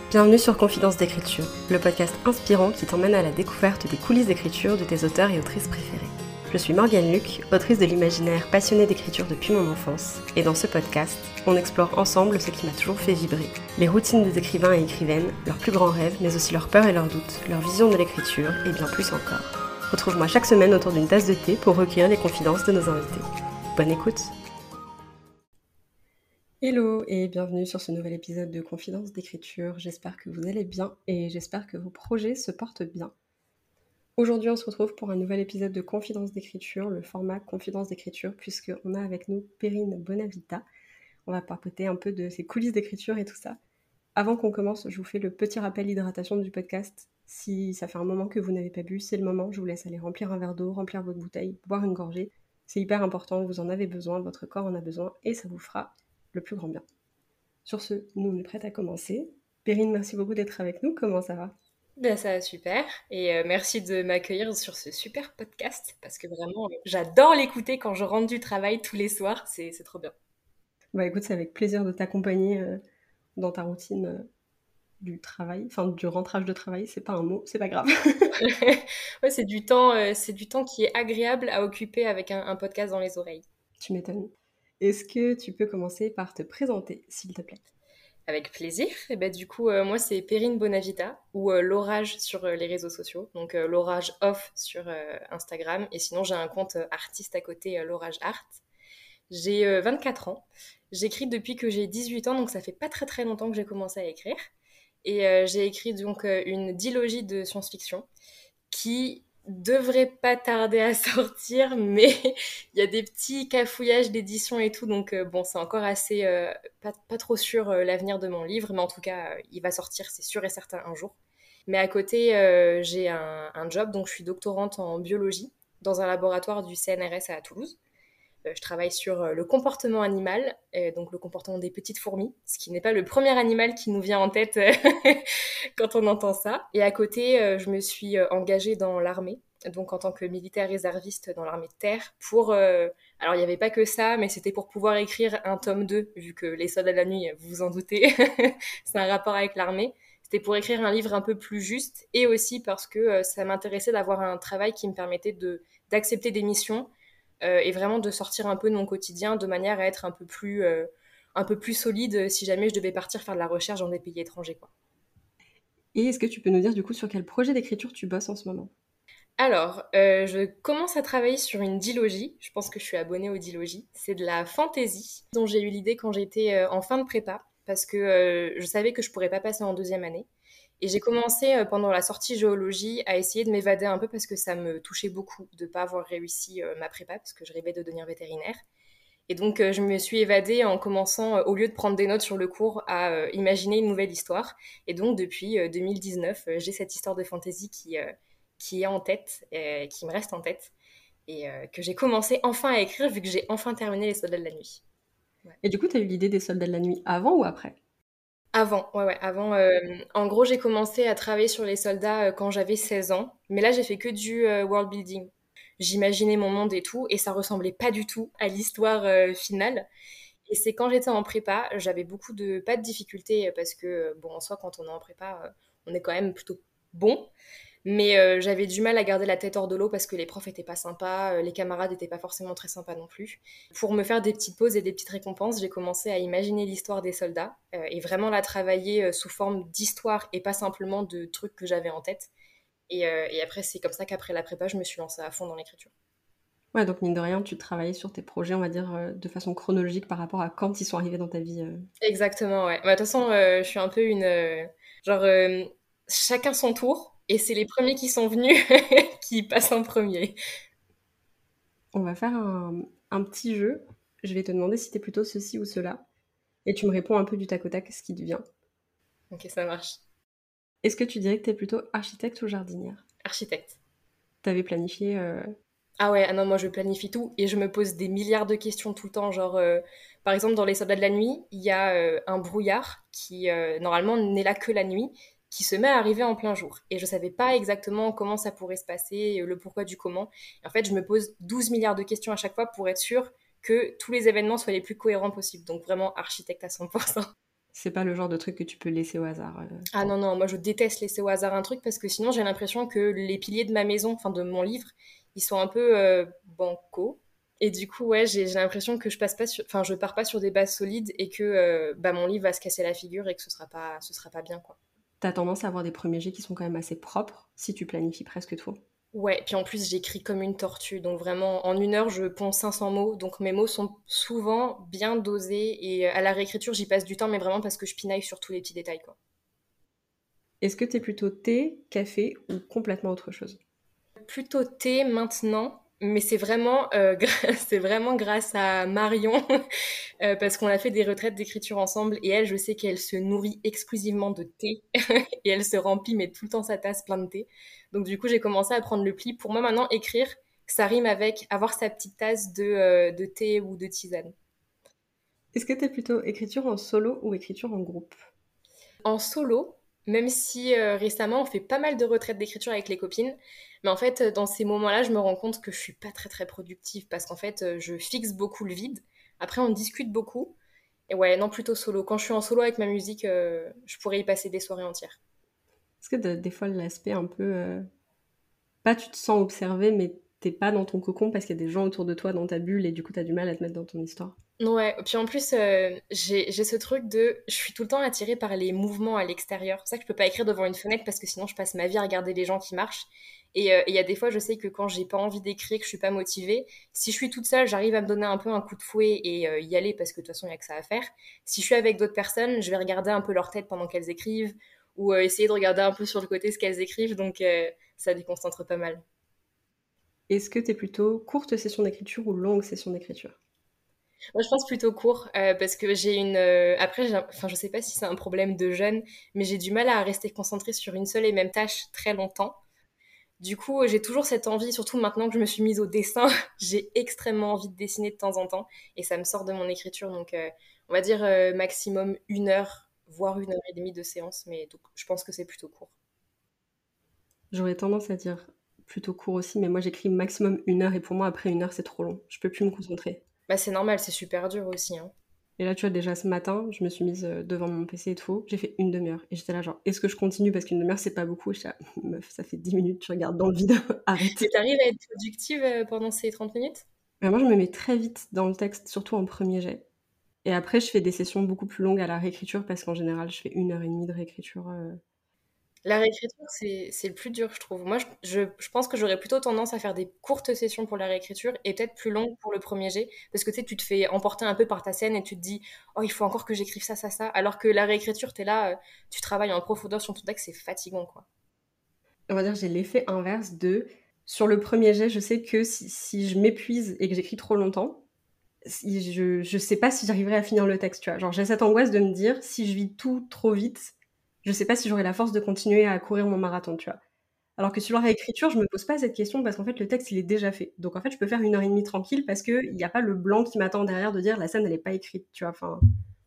Bienvenue sur Confidence d'écriture, le podcast inspirant qui t'emmène à la découverte des coulisses d'écriture de tes auteurs et autrices préférés. Je suis Morgane Luc, autrice de l'imaginaire passionnée d'écriture depuis mon enfance, et dans ce podcast, on explore ensemble ce qui m'a toujours fait vibrer. Les routines des écrivains et écrivaines, leurs plus grands rêves, mais aussi leurs peurs et leurs doutes, leur vision de l'écriture, et bien plus encore. Retrouve-moi chaque semaine autour d'une tasse de thé pour recueillir les confidences de nos invités. Bonne écoute! Hello et bienvenue sur ce nouvel épisode de Confidence d'écriture. J'espère que vous allez bien et j'espère que vos projets se portent bien. Aujourd'hui, on se retrouve pour un nouvel épisode de Confidence d'écriture, le format Confidence d'écriture, puisqu'on a avec nous Perrine Bonavita. On va papoter un peu de ses coulisses d'écriture et tout ça. Avant qu'on commence, je vous fais le petit rappel hydratation du podcast. Si ça fait un moment que vous n'avez pas bu, c'est le moment. Je vous laisse aller remplir un verre d'eau, remplir votre bouteille, boire une gorgée. C'est hyper important, vous en avez besoin, votre corps en a besoin et ça vous fera le plus grand bien. Sur ce, nous on est prêtes à commencer. Perrine, merci beaucoup d'être avec nous. Comment ça va ? Ben ça va super et merci de m'accueillir sur ce super podcast parce que vraiment j'adore l'écouter quand je rentre du travail tous les soirs, c'est trop bien. Bah écoute, c'est avec plaisir de t'accompagner dans ta routine du travail, enfin du rentrage de travail, c'est pas un mot, c'est pas grave. Ouais, c'est du temps qui est agréable à occuper avec un podcast dans les oreilles. Tu m'étonnes. Est-ce que tu peux commencer par te présenter, s'il te plaît ? Avec plaisir. Et ben du coup, moi c'est Perrine Bonavita ou l'orage sur les réseaux sociaux, donc l'orage off sur Instagram et sinon j'ai un compte artiste à côté, l'orage art. J'ai 24 ans. J'écris depuis que j'ai 18 ans, donc ça fait pas très très longtemps que j'ai commencé à écrire. Et j'ai écrit donc une dilogie de science-fiction qui devrait pas tarder à sortir, mais il y a des petits cafouillages d'édition et tout, donc bon, c'est encore assez pas trop sûr l'avenir de mon livre, mais en tout cas, il va sortir, c'est sûr et certain un jour. Mais à côté, j'ai un job, donc je suis doctorante en biologie dans un laboratoire du CNRS à Toulouse. Je travaille sur le comportement animal, donc le comportement des petites fourmis, ce qui n'est pas le premier animal qui nous vient en tête quand on entend ça. Et à côté, je me suis engagée dans l'armée, donc en tant que militaire réserviste dans l'armée de terre, pour... alors, il n'y avait pas que ça, mais c'était pour pouvoir écrire un tome 2, vu que Les Soldats de la Nuit, vous vous en doutez, c'est un rapport avec l'armée. C'était pour écrire un livre un peu plus juste, et aussi parce que ça m'intéressait d'avoir un travail qui me permettait d'accepter des missions et vraiment de sortir un peu de mon quotidien de manière à être un peu plus solide si jamais je devais partir faire de la recherche dans des pays étrangers, quoi. Et est-ce que tu peux nous dire du coup sur quel projet d'écriture tu bosses en ce moment ? Alors, je commence à travailler sur une dilogie. Je pense que je suis abonnée aux dilogies. C'est de la fantasy dont j'ai eu l'idée quand j'étais en fin de prépa parce que je savais que je pourrais pas passer en deuxième année. Et j'ai commencé pendant la sortie géologie à essayer de m'évader un peu parce que ça me touchait beaucoup de pas avoir réussi ma prépa parce que je rêvais de devenir vétérinaire. Et donc, je me suis évadée en commençant, au lieu de prendre des notes sur le cours, à imaginer une nouvelle histoire. Et donc, depuis 2019, j'ai cette histoire de fantasy qui est en tête, qui me reste en tête, et que j'ai commencé enfin à écrire vu que j'ai enfin terminé Les Soldats de la Nuit. Ouais. Et du coup, tu as eu l'idée des Soldats de la Nuit avant ou après ? Avant, ouais, ouais, avant. En gros, j'ai commencé à travailler sur les soldats quand j'avais 16 ans, mais là, j'ai fait que du world building. J'imaginais mon monde et tout, et ça ressemblait pas du tout à l'histoire finale. Et c'est quand j'étais en prépa, j'avais pas de difficultés parce que, bon, en soi, quand on est en prépa, on est quand même plutôt bon. Mais j'avais du mal à garder la tête hors de l'eau parce que les profs étaient pas sympas, les camarades étaient pas forcément très sympas non plus. Pour me faire des petites pauses et des petites récompenses, j'ai commencé à imaginer l'histoire des soldats et vraiment la travailler sous forme d'histoire et pas simplement de trucs que j'avais en tête. Et après, c'est comme ça qu'après la prépa, je me suis lancée à fond dans l'écriture. Ouais, donc mine de rien, tu travaillais sur tes projets, on va dire, de façon chronologique par rapport à quand ils sont arrivés dans ta vie. Exactement, ouais. Bah, de toute façon, je suis un peu une... genre, chacun son tour, et c'est les premiers qui sont venus qui passent en premier. On va faire un petit jeu. Je vais te demander si t'es plutôt ceci ou cela. Et tu me réponds un peu du tac au tac ce qui te vient. Ok, ça marche. Est-ce que tu dirais que t'es plutôt architecte ou jardinière ? Architecte. T'avais planifié... Ah ouais, ah non, moi je planifie tout et je me pose des milliards de questions tout le temps. Genre, par exemple, dans Les Soldats de la Nuit, il y a un brouillard qui, normalement, n'est là que la nuit, qui se met à arriver en plein jour. Et je savais pas exactement comment ça pourrait se passer, le pourquoi du comment. Et en fait, je me pose 12 milliards de questions à chaque fois pour être sûre que tous les événements soient les plus cohérents possibles. Donc vraiment architecte à 100%. C'est pas le genre de truc que tu peux laisser au hasard. Ah non, non, moi je déteste laisser au hasard un truc parce que sinon j'ai l'impression que les piliers de ma maison, enfin de mon livre, ils sont un peu bancaux. Et du coup, ouais, j'ai l'impression que je pars pas sur des bases solides et que bah, mon livre va se casser la figure et que ce sera pas bien, quoi. T'as tendance à avoir des premiers jets qui sont quand même assez propres si tu planifies presque tout. Ouais, puis en plus j'écris comme une tortue, donc vraiment en 1 heure je ponds 500 mots, donc mes mots sont souvent bien dosés et à la réécriture j'y passe du temps, mais vraiment parce que je pinaille sur tous les petits détails, quoi. Est-ce que t'es plutôt thé, café ou complètement autre chose? Plutôt thé maintenant, mais c'est vraiment, c'est vraiment grâce à Marion, parce qu'on a fait des retraites d'écriture ensemble et elle, je sais qu'elle se nourrit exclusivement de thé et elle se remplit mais tout le temps sa tasse plein de thé. Donc du coup, j'ai commencé à prendre le pli. Pour moi maintenant, écrire, ça rime avec avoir sa petite tasse de thé ou de tisane. Est-ce que t'es plutôt écriture en solo ou écriture en groupe? En solo, même si récemment on fait pas mal de retraites d'écriture avec les copines, mais en fait dans ces moments-là je me rends compte que je suis pas très très productive parce qu'en fait je fixe beaucoup le vide, après on discute beaucoup, et ouais non plutôt solo. Quand je suis en solo avec ma musique, je pourrais y passer des soirées entières. Est-ce que des fois l'aspect un peu... pas tu te sens observé, mais t'es pas dans ton cocon parce qu'il y a des gens autour de toi dans ta bulle et du coup t'as du mal à te mettre dans ton histoire? Ouais, puis en plus, j'ai ce truc de... Je suis tout le temps attirée par les mouvements à l'extérieur. C'est ça que je peux pas écrire devant une fenêtre parce que sinon je passe ma vie à regarder les gens qui marchent. Et il y a des fois, je sais que quand j'ai pas envie d'écrire, que je suis pas motivée, si je suis toute seule, j'arrive à me donner un peu un coup de fouet et y aller parce que de toute façon, il y a que ça à faire. Si je suis avec d'autres personnes, je vais regarder un peu leur tête pendant qu'elles écrivent ou essayer de regarder un peu sur le côté ce qu'elles écrivent. Donc ça déconcentre pas mal. Est-ce que t'es plutôt courte session d'écriture ou longue session d'écriture? Moi, je pense plutôt court parce que j'ai une. Après, enfin, je sais pas si c'est un problème de jeune, mais j'ai du mal à rester concentrée sur une seule et même tâche très longtemps. Du coup, j'ai toujours cette envie, surtout maintenant que je me suis mise au dessin, j'ai extrêmement envie de dessiner de temps en temps et ça me sort de mon écriture. Donc, on va dire maximum 1 heure, voire 1 heure et demie de séance, mais donc, je pense que c'est plutôt court. J'aurais tendance à dire plutôt court aussi, mais moi j'écris maximum 1 heure et pour moi après 1 heure c'est trop long. Je peux plus me concentrer. Bah, c'est normal, c'est super dur aussi, hein. Et là tu vois déjà ce matin, je me suis mise devant mon PC et tout, j'ai fait une demi-heure. Et j'étais là genre, est-ce que je continue parce qu'une demi-heure c'est pas beaucoup? Et j'étais là, meuf, ça fait 10 minutes, tu regardes dans le vide, arrête. Mais t'arrives à être productive pendant ces 30 minutes? Mais moi je me mets très vite dans le texte, surtout en premier jet. Et après je fais des sessions beaucoup plus longues à la réécriture parce qu'en général je fais 1 heure et demie de réécriture. La réécriture, c'est le plus dur, je trouve. Moi, je pense que j'aurais plutôt tendance à faire des courtes sessions pour la réécriture et peut-être plus longues pour le premier jet. Parce que tu sais, tu te fais emporter un peu par ta scène et tu te dis, oh, il faut encore que j'écrive ça, ça, ça. Alors que la réécriture, t'es là, tu travailles en profondeur sur ton texte, c'est fatigant, quoi. On va dire j'ai l'effet inverse de, sur le premier jet, je sais que si je m'épuise et que j'écris trop longtemps, je sais pas si j'arriverai à finir le texte, tu vois. Genre, j'ai cette angoisse de me dire, si je vis tout trop vite, je sais pas si j'aurai la force de continuer à courir mon marathon, tu vois. Alors que sur la réécriture, je me pose pas cette question parce qu'en fait, le texte, il est déjà fait. Donc en fait, je peux faire 1 heure et demie tranquille parce qu'il n'y a pas le blanc qui m'attend derrière de dire la scène, elle est pas écrite, tu vois. Enfin,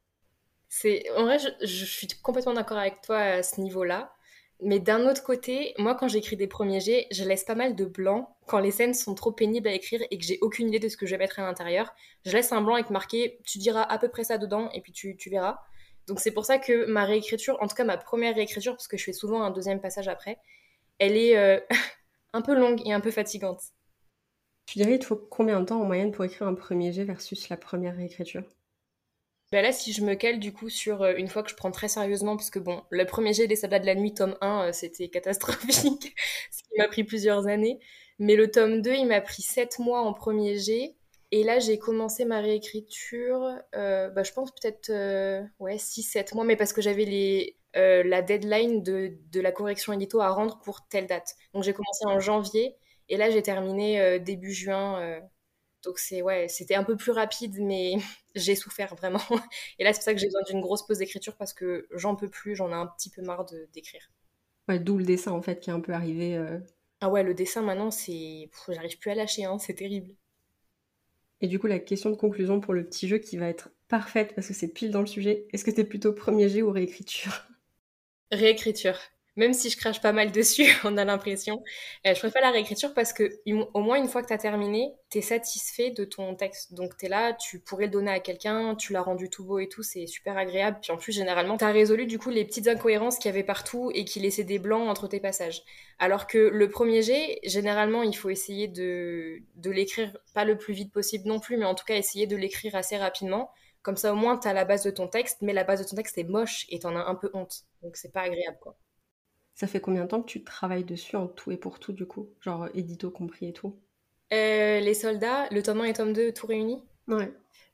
En vrai, je suis complètement d'accord avec toi à ce niveau-là. Mais d'un autre côté, moi, quand j'écris des premiers jets, je laisse pas mal de blanc. Quand les scènes sont trop pénibles à écrire et que j'ai aucune idée de ce que je vais mettre à l'intérieur, je laisse un blanc avec marqué, tu diras à peu près ça dedans et puis tu verras. Donc c'est pour ça que ma réécriture, en tout cas ma première réécriture, parce que je fais souvent un deuxième passage après, elle est un peu longue et un peu fatigante. tu dirais, il te faut combien de temps en moyenne pour écrire un premier jet versus la première réécriture? Bah là, si je me cale du coup sur une fois que je prends très sérieusement, parce que bon, le premier jet des Soldats de la Nuit, tome 1, c'était catastrophique, ce qui m'a pris plusieurs années. Mais le tome 2, il m'a pris 7 mois en premier jet. Et là, j'ai commencé ma réécriture, bah, je pense peut-être ouais, 6 7 mois, mais parce que j'avais la deadline de la correction édito à rendre pour telle date. Donc j'ai commencé en janvier, et là j'ai terminé début juin. Donc ouais, c'était un peu plus rapide, mais j'ai souffert vraiment. Et là, c'est pour ça que j'ai besoin d'une grosse pause d'écriture parce que j'en peux plus, j'en ai un petit peu marre d'écrire. Ouais, d'où le dessin en fait qui est un peu arrivé. Ah ouais, le dessin maintenant, j'arrive plus à lâcher, hein, c'est terrible. Et du coup, la question de conclusion pour le petit jeu qui va être parfaite parce que c'est pile dans le sujet, est-ce que t'es plutôt premier jet ou réécriture? Réécriture. Même si je crache pas mal dessus, on a l'impression. Je préfère la réécriture parce que au moins une fois que tu as terminé, tu es satisfait de ton texte. Donc tu es là, tu pourrais le donner à quelqu'un, tu l'as rendu tout beau et tout, c'est super agréable. Puis en plus, généralement, tu as résolu du coup les petites incohérences qu'il y avait partout et qui laissaient des blancs entre tes passages. Alors que le premier jet, généralement, il faut essayer de l'écrire pas le plus vite possible non plus, mais en tout cas essayer de l'écrire assez rapidement. Comme ça, au moins, tu as la base de ton texte, mais la base de ton texte est moche et t'en as un peu honte. Donc c'est pas agréable, quoi. Ça fait combien de temps que tu travailles dessus en tout et pour tout, du coup? Genre édito compris et tout? Les soldats, le tome 1 et tome 2, tout réunis. Ouais.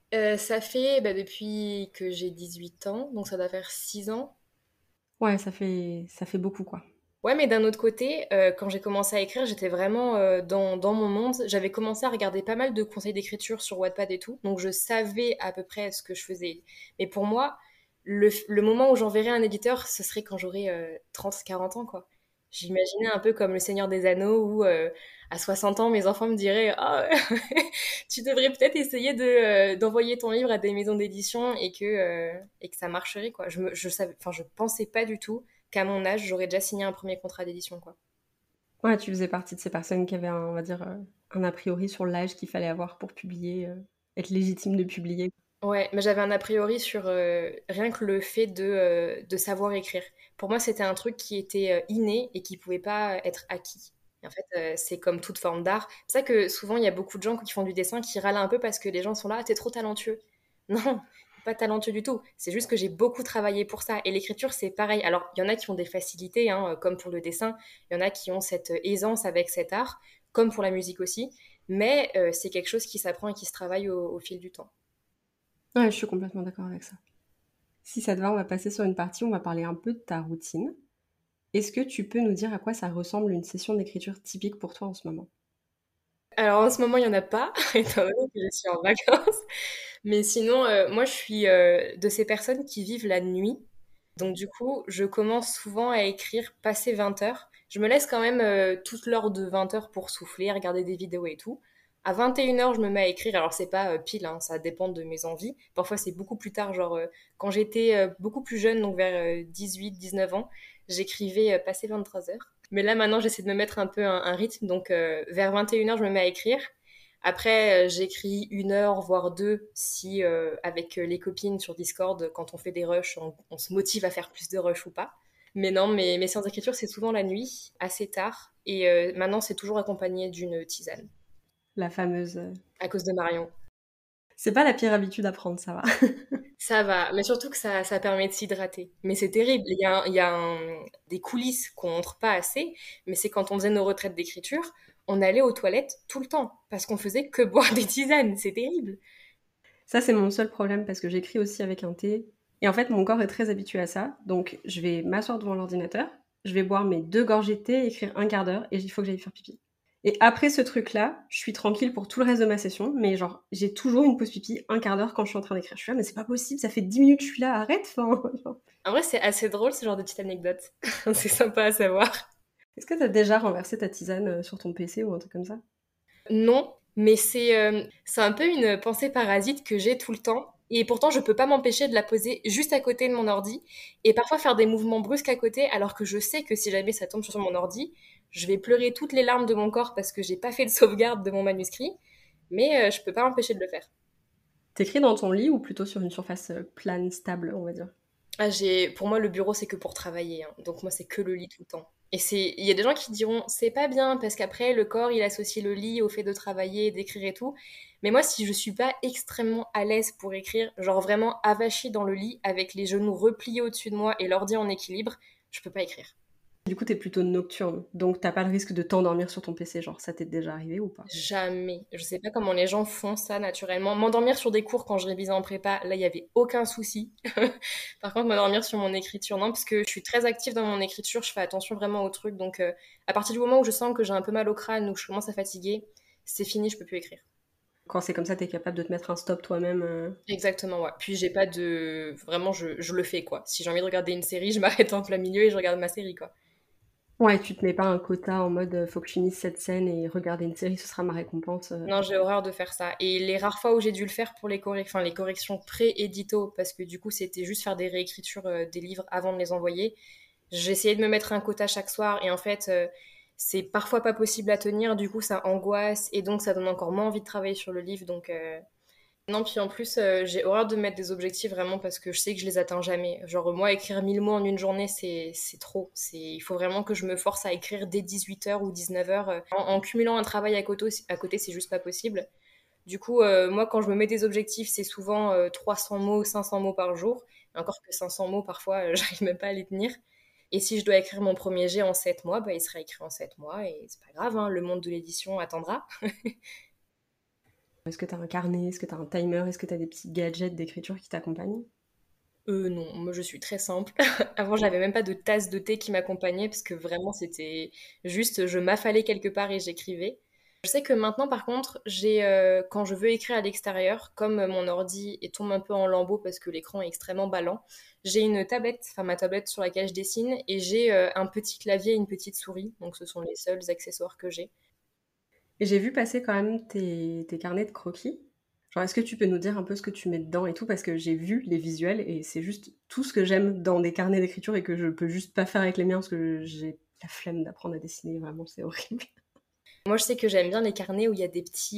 Ça fait depuis que j'ai 18 ans, donc ça doit faire 6 ans. Ouais, ça fait beaucoup, quoi. Ouais, mais d'un autre côté, quand j'ai commencé à écrire, j'étais vraiment dans mon monde. J'avais commencé à regarder pas mal de conseils d'écriture sur Wattpad et tout, donc je savais à peu près ce que je faisais. Mais pour moi, le moment où j'enverrai un éditeur, ce serait quand j'aurai 30-40 ans, quoi. J'imaginais un peu comme Le Seigneur des Anneaux, où à 60 ans, mes enfants me diraient Ah, tu devrais peut-être essayer d'envoyer ton livre à des maisons d'édition et que ça marcherait, quoi. Je savais, enfin, je pensais pas du tout qu'à mon âge, j'aurais déjà signé un premier contrat d'édition, quoi. Ouais, tu faisais partie de ces personnes qui avaient un, on va dire, un a priori sur l'âge qu'il fallait avoir pour publier, être légitime de publier. Ouais, mais j'avais un a priori sur rien que le fait de savoir écrire. Pour moi, c'était un truc qui était inné et qui pouvait pas être acquis. Et en fait, c'est comme toute forme d'art. C'est ça que souvent, il y a beaucoup de gens qui font du dessin qui râlent un peu parce que les gens sont là, ah, t'es trop talentueux. Non, pas talentueux du tout. C'est juste que j'ai beaucoup travaillé pour ça. Et l'écriture, c'est pareil. Alors, il y en a qui ont des facilités, hein, comme pour le dessin. Il y en a qui ont cette aisance avec cet art, comme pour la musique aussi. Mais c'est quelque chose qui s'apprend et qui se travaille au fil du temps. Ouais, je suis complètement d'accord avec ça. Si ça te va, on va passer sur une partie, on va parler un peu de ta routine. Est-ce que tu peux nous dire à quoi ça ressemble une session d'écriture typique pour toi en ce moment? Alors en ce moment, il n'y en a pas, étant donné que je suis en vacances. Mais sinon, moi, je suis de ces personnes qui vivent la nuit. Donc du coup, je commence souvent à écrire passé 20 heures. Je me laisse quand même toute l'heure de 20 heures pour souffler, regarder des vidéos et tout. À 21 heures, je me mets à écrire. Alors c'est pas pile, hein, ça dépend de mes envies. Parfois c'est beaucoup plus tard, genre quand j'étais beaucoup plus jeune, donc vers 18-19 ans, j'écrivais passé 23 heures. Mais là maintenant, j'essaie de me mettre un peu un rythme. Donc vers 21 heures, je me mets à écrire. Après, j'écris 1 heure, voire deux, si avec les copines sur Discord, quand on fait des rushs, on se motive à faire plus de rushs ou pas. Mais non, mes séances d'écriture, c'est souvent la nuit, assez tard. Et maintenant, c'est toujours accompagné d'une tisane, La fameuse. à cause de Marion. C'est pas la pire habitude à prendre, ça va. Ça va, mais surtout que ça permet de s'hydrater. Mais c'est terrible. Il y a des coulisses qu'on montre pas assez, mais c'est quand on faisait nos retraites d'écriture, on allait aux toilettes tout le temps, parce qu'on faisait que boire des tisanes. C'est terrible. Ça, c'est mon seul problème parce que j'écris aussi avec un thé. Et en fait, mon corps est très habitué à ça. Donc, je vais m'asseoir devant l'ordinateur, je vais boire mes 2 gorgées de thé, écrire un quart d'heure et il faut que j'aille faire pipi. Et après ce truc-là, je suis tranquille pour tout le reste de ma session, mais genre, j'ai toujours une pause pipi un quart d'heure quand je suis en train d'écrire. Je suis là, mais c'est pas possible, ça fait 10 minutes que je suis là, arrête, enfin, genre. En vrai, c'est assez drôle ce genre de petite anecdote. C'est sympa à savoir. Est-ce que t'as déjà renversé ta tisane sur ton PC ou un truc comme ça? Non, mais c'est un peu une pensée parasite que j'ai tout le temps. Et pourtant, je peux pas m'empêcher de la poser juste à côté de mon ordi et parfois faire des mouvements brusques à côté, alors que je sais que si jamais ça tombe sur mon ordi, je vais pleurer toutes les larmes de mon corps parce que j'ai pas fait de sauvegarde de mon manuscrit. Mais je peux pas m'empêcher de le faire. T'écris dans ton lit ou plutôt sur une surface plane, stable, on va dire? Ah, pour moi, le bureau, c'est que pour travailler, hein. Donc moi, c'est que le lit tout le temps. Et il y a des gens qui diront, c'est pas bien, parce qu'après, le corps, il associe le lit au fait de travailler, d'écrire et tout. Mais moi, si je suis pas extrêmement à l'aise pour écrire, genre vraiment avachie dans le lit, avec les genoux repliés au-dessus de moi et l'ordi en équilibre, je peux pas écrire. Du coup, t'es plutôt nocturne, donc t'as pas le risque de t'endormir sur ton PC, genre ça t'est déjà arrivé ou pas? Jamais. Je sais pas comment les gens font ça naturellement. M'endormir sur des cours quand je révisais en prépa, là, il y avait aucun souci. Par contre, m'endormir sur mon écriture, non, parce que je suis très active dans mon écriture, je fais attention vraiment aux trucs. Donc, à partir du moment où je sens que j'ai un peu mal au crâne ou que je commence à fatiguer, c'est fini, je peux plus écrire. Quand c'est comme ça, t'es capable de te mettre un stop toi-même. Exactement, ouais. Puis j'ai pas de. Vraiment, je le fais, quoi. Si j'ai envie de regarder une série, je m'arrête en plein milieu et je regarde ma série, quoi. Ouais, tu te mets pas un quota en mode faut que je finisse cette scène et regarder une série, ce sera ma récompense. Non, j'ai horreur de faire ça. Et les rares fois où j'ai dû le faire pour les corrections pré-édito, parce que du coup, c'était juste faire des réécritures des livres avant de les envoyer, J'essayais de me mettre un quota chaque soir et en fait, c'est parfois pas possible à tenir, du coup ça angoisse et donc ça donne encore moins envie de travailler sur le livre. Donc non, puis en plus, j'ai horreur de mettre des objectifs vraiment parce que je sais que je les atteins jamais. Genre moi, écrire 1000 mots en une journée, c'est trop. Il faut vraiment que je me force à écrire dès 18 h ou 19 h. En cumulant un travail à côté, c'est juste pas possible. Du coup, moi, quand je me mets des objectifs, c'est souvent 300 mots, 500 mots par jour. Et encore que 500 mots, parfois, j'arrive même pas à les tenir. Et si je dois écrire mon premier jet en 7 mois, bah, il sera écrit en 7 mois. Et c'est pas grave, hein, le monde de l'édition attendra. Est-ce que tu as un carnet? Est-ce que tu as un timer? Est-ce que tu as des petits gadgets d'écriture qui t'accompagnent? Non, moi je suis très simple. Avant, j'avais même pas de tasse de thé qui m'accompagnait parce que vraiment c'était juste je m'affalais quelque part et j'écrivais. Je sais que maintenant, par contre, quand je veux écrire à l'extérieur, comme mon ordi tombe un peu en lambeaux parce que l'écran est extrêmement ballant, j'ai une tablette, enfin ma tablette sur laquelle je dessine, et j'ai un petit clavier et une petite souris. Donc ce sont les seuls accessoires que j'ai. Et j'ai vu passer quand même tes carnets de croquis. Genre, est-ce que tu peux nous dire un peu ce que tu mets dedans et tout? Parce que j'ai vu les visuels et c'est juste tout ce que j'aime dans des carnets d'écriture et que je peux juste pas faire avec les miens parce que j'ai la flemme d'apprendre à dessiner, vraiment, c'est horrible. Moi, je sais que j'aime bien les carnets où il y a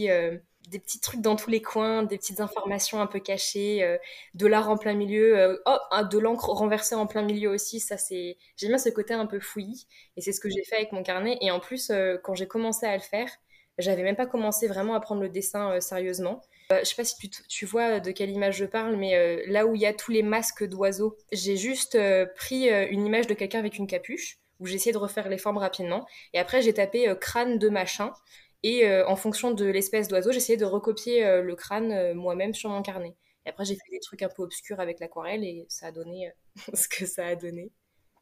des petits trucs dans tous les coins, des petites informations un peu cachées, de l'art en plein milieu, de l'encre renversée en plein milieu aussi. J'aime bien ce côté un peu fouillis, et c'est ce que j'ai fait avec mon carnet. Et en plus, quand j'ai commencé à le faire, j'avais même pas commencé vraiment à prendre le dessin sérieusement. Je sais pas si tu vois de quelle image je parle, mais là où il y a tous les masques d'oiseaux, j'ai juste pris une image de quelqu'un avec une capuche, où j'ai essayé de refaire les formes rapidement. Et après, j'ai tapé crâne de machin. Et en fonction de l'espèce d'oiseau, j'ai essayé de recopier le crâne moi-même sur mon carnet. Et après, j'ai fait des trucs un peu obscurs avec l'aquarelle et ça a donné ce que ça a donné.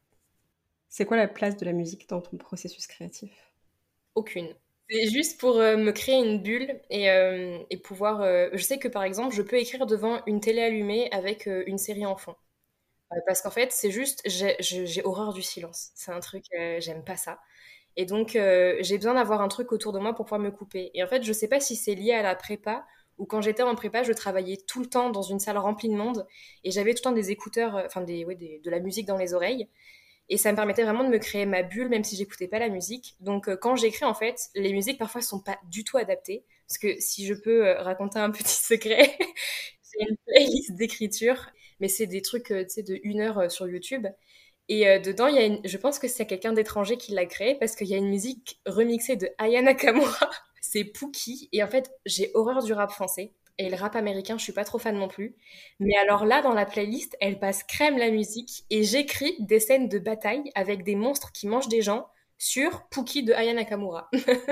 C'est quoi la place de la musique dans ton processus créatif? Aucune. C'est juste pour me créer une bulle et pouvoir... Je sais que par exemple, je peux écrire devant une télé allumée avec une série en fond. Parce qu'en fait, c'est juste, j'ai horreur du silence. C'est un truc, j'aime pas ça. Et donc, j'ai besoin d'avoir un truc autour de moi pour pouvoir me couper. Et en fait, je sais pas si c'est lié à la prépa ou quand j'étais en prépa, je travaillais tout le temps dans une salle remplie de monde et j'avais tout le temps des écouteurs, enfin de la musique dans les oreilles. Et ça me permettait vraiment de me créer ma bulle, même si j'écoutais pas la musique. Donc, quand j'écris, en fait, les musiques parfois sont pas du tout adaptées. Parce que si je peux raconter un petit secret, c'est une playlist d'écriture, mais c'est des trucs, tu sais, de 1 heure sur YouTube. Et dedans, je pense que c'est quelqu'un d'étranger qui l'a créé parce qu'il y a une musique remixée de Aya Nakamura. C'est Pookie. Et en fait, j'ai horreur du rap français. Et le rap américain, je suis pas trop fan non plus. Mais alors là, dans la playlist, elle passe crème la musique et j'écris des scènes de bataille avec des monstres qui mangent des gens sur Pookie de Aya Nakamura.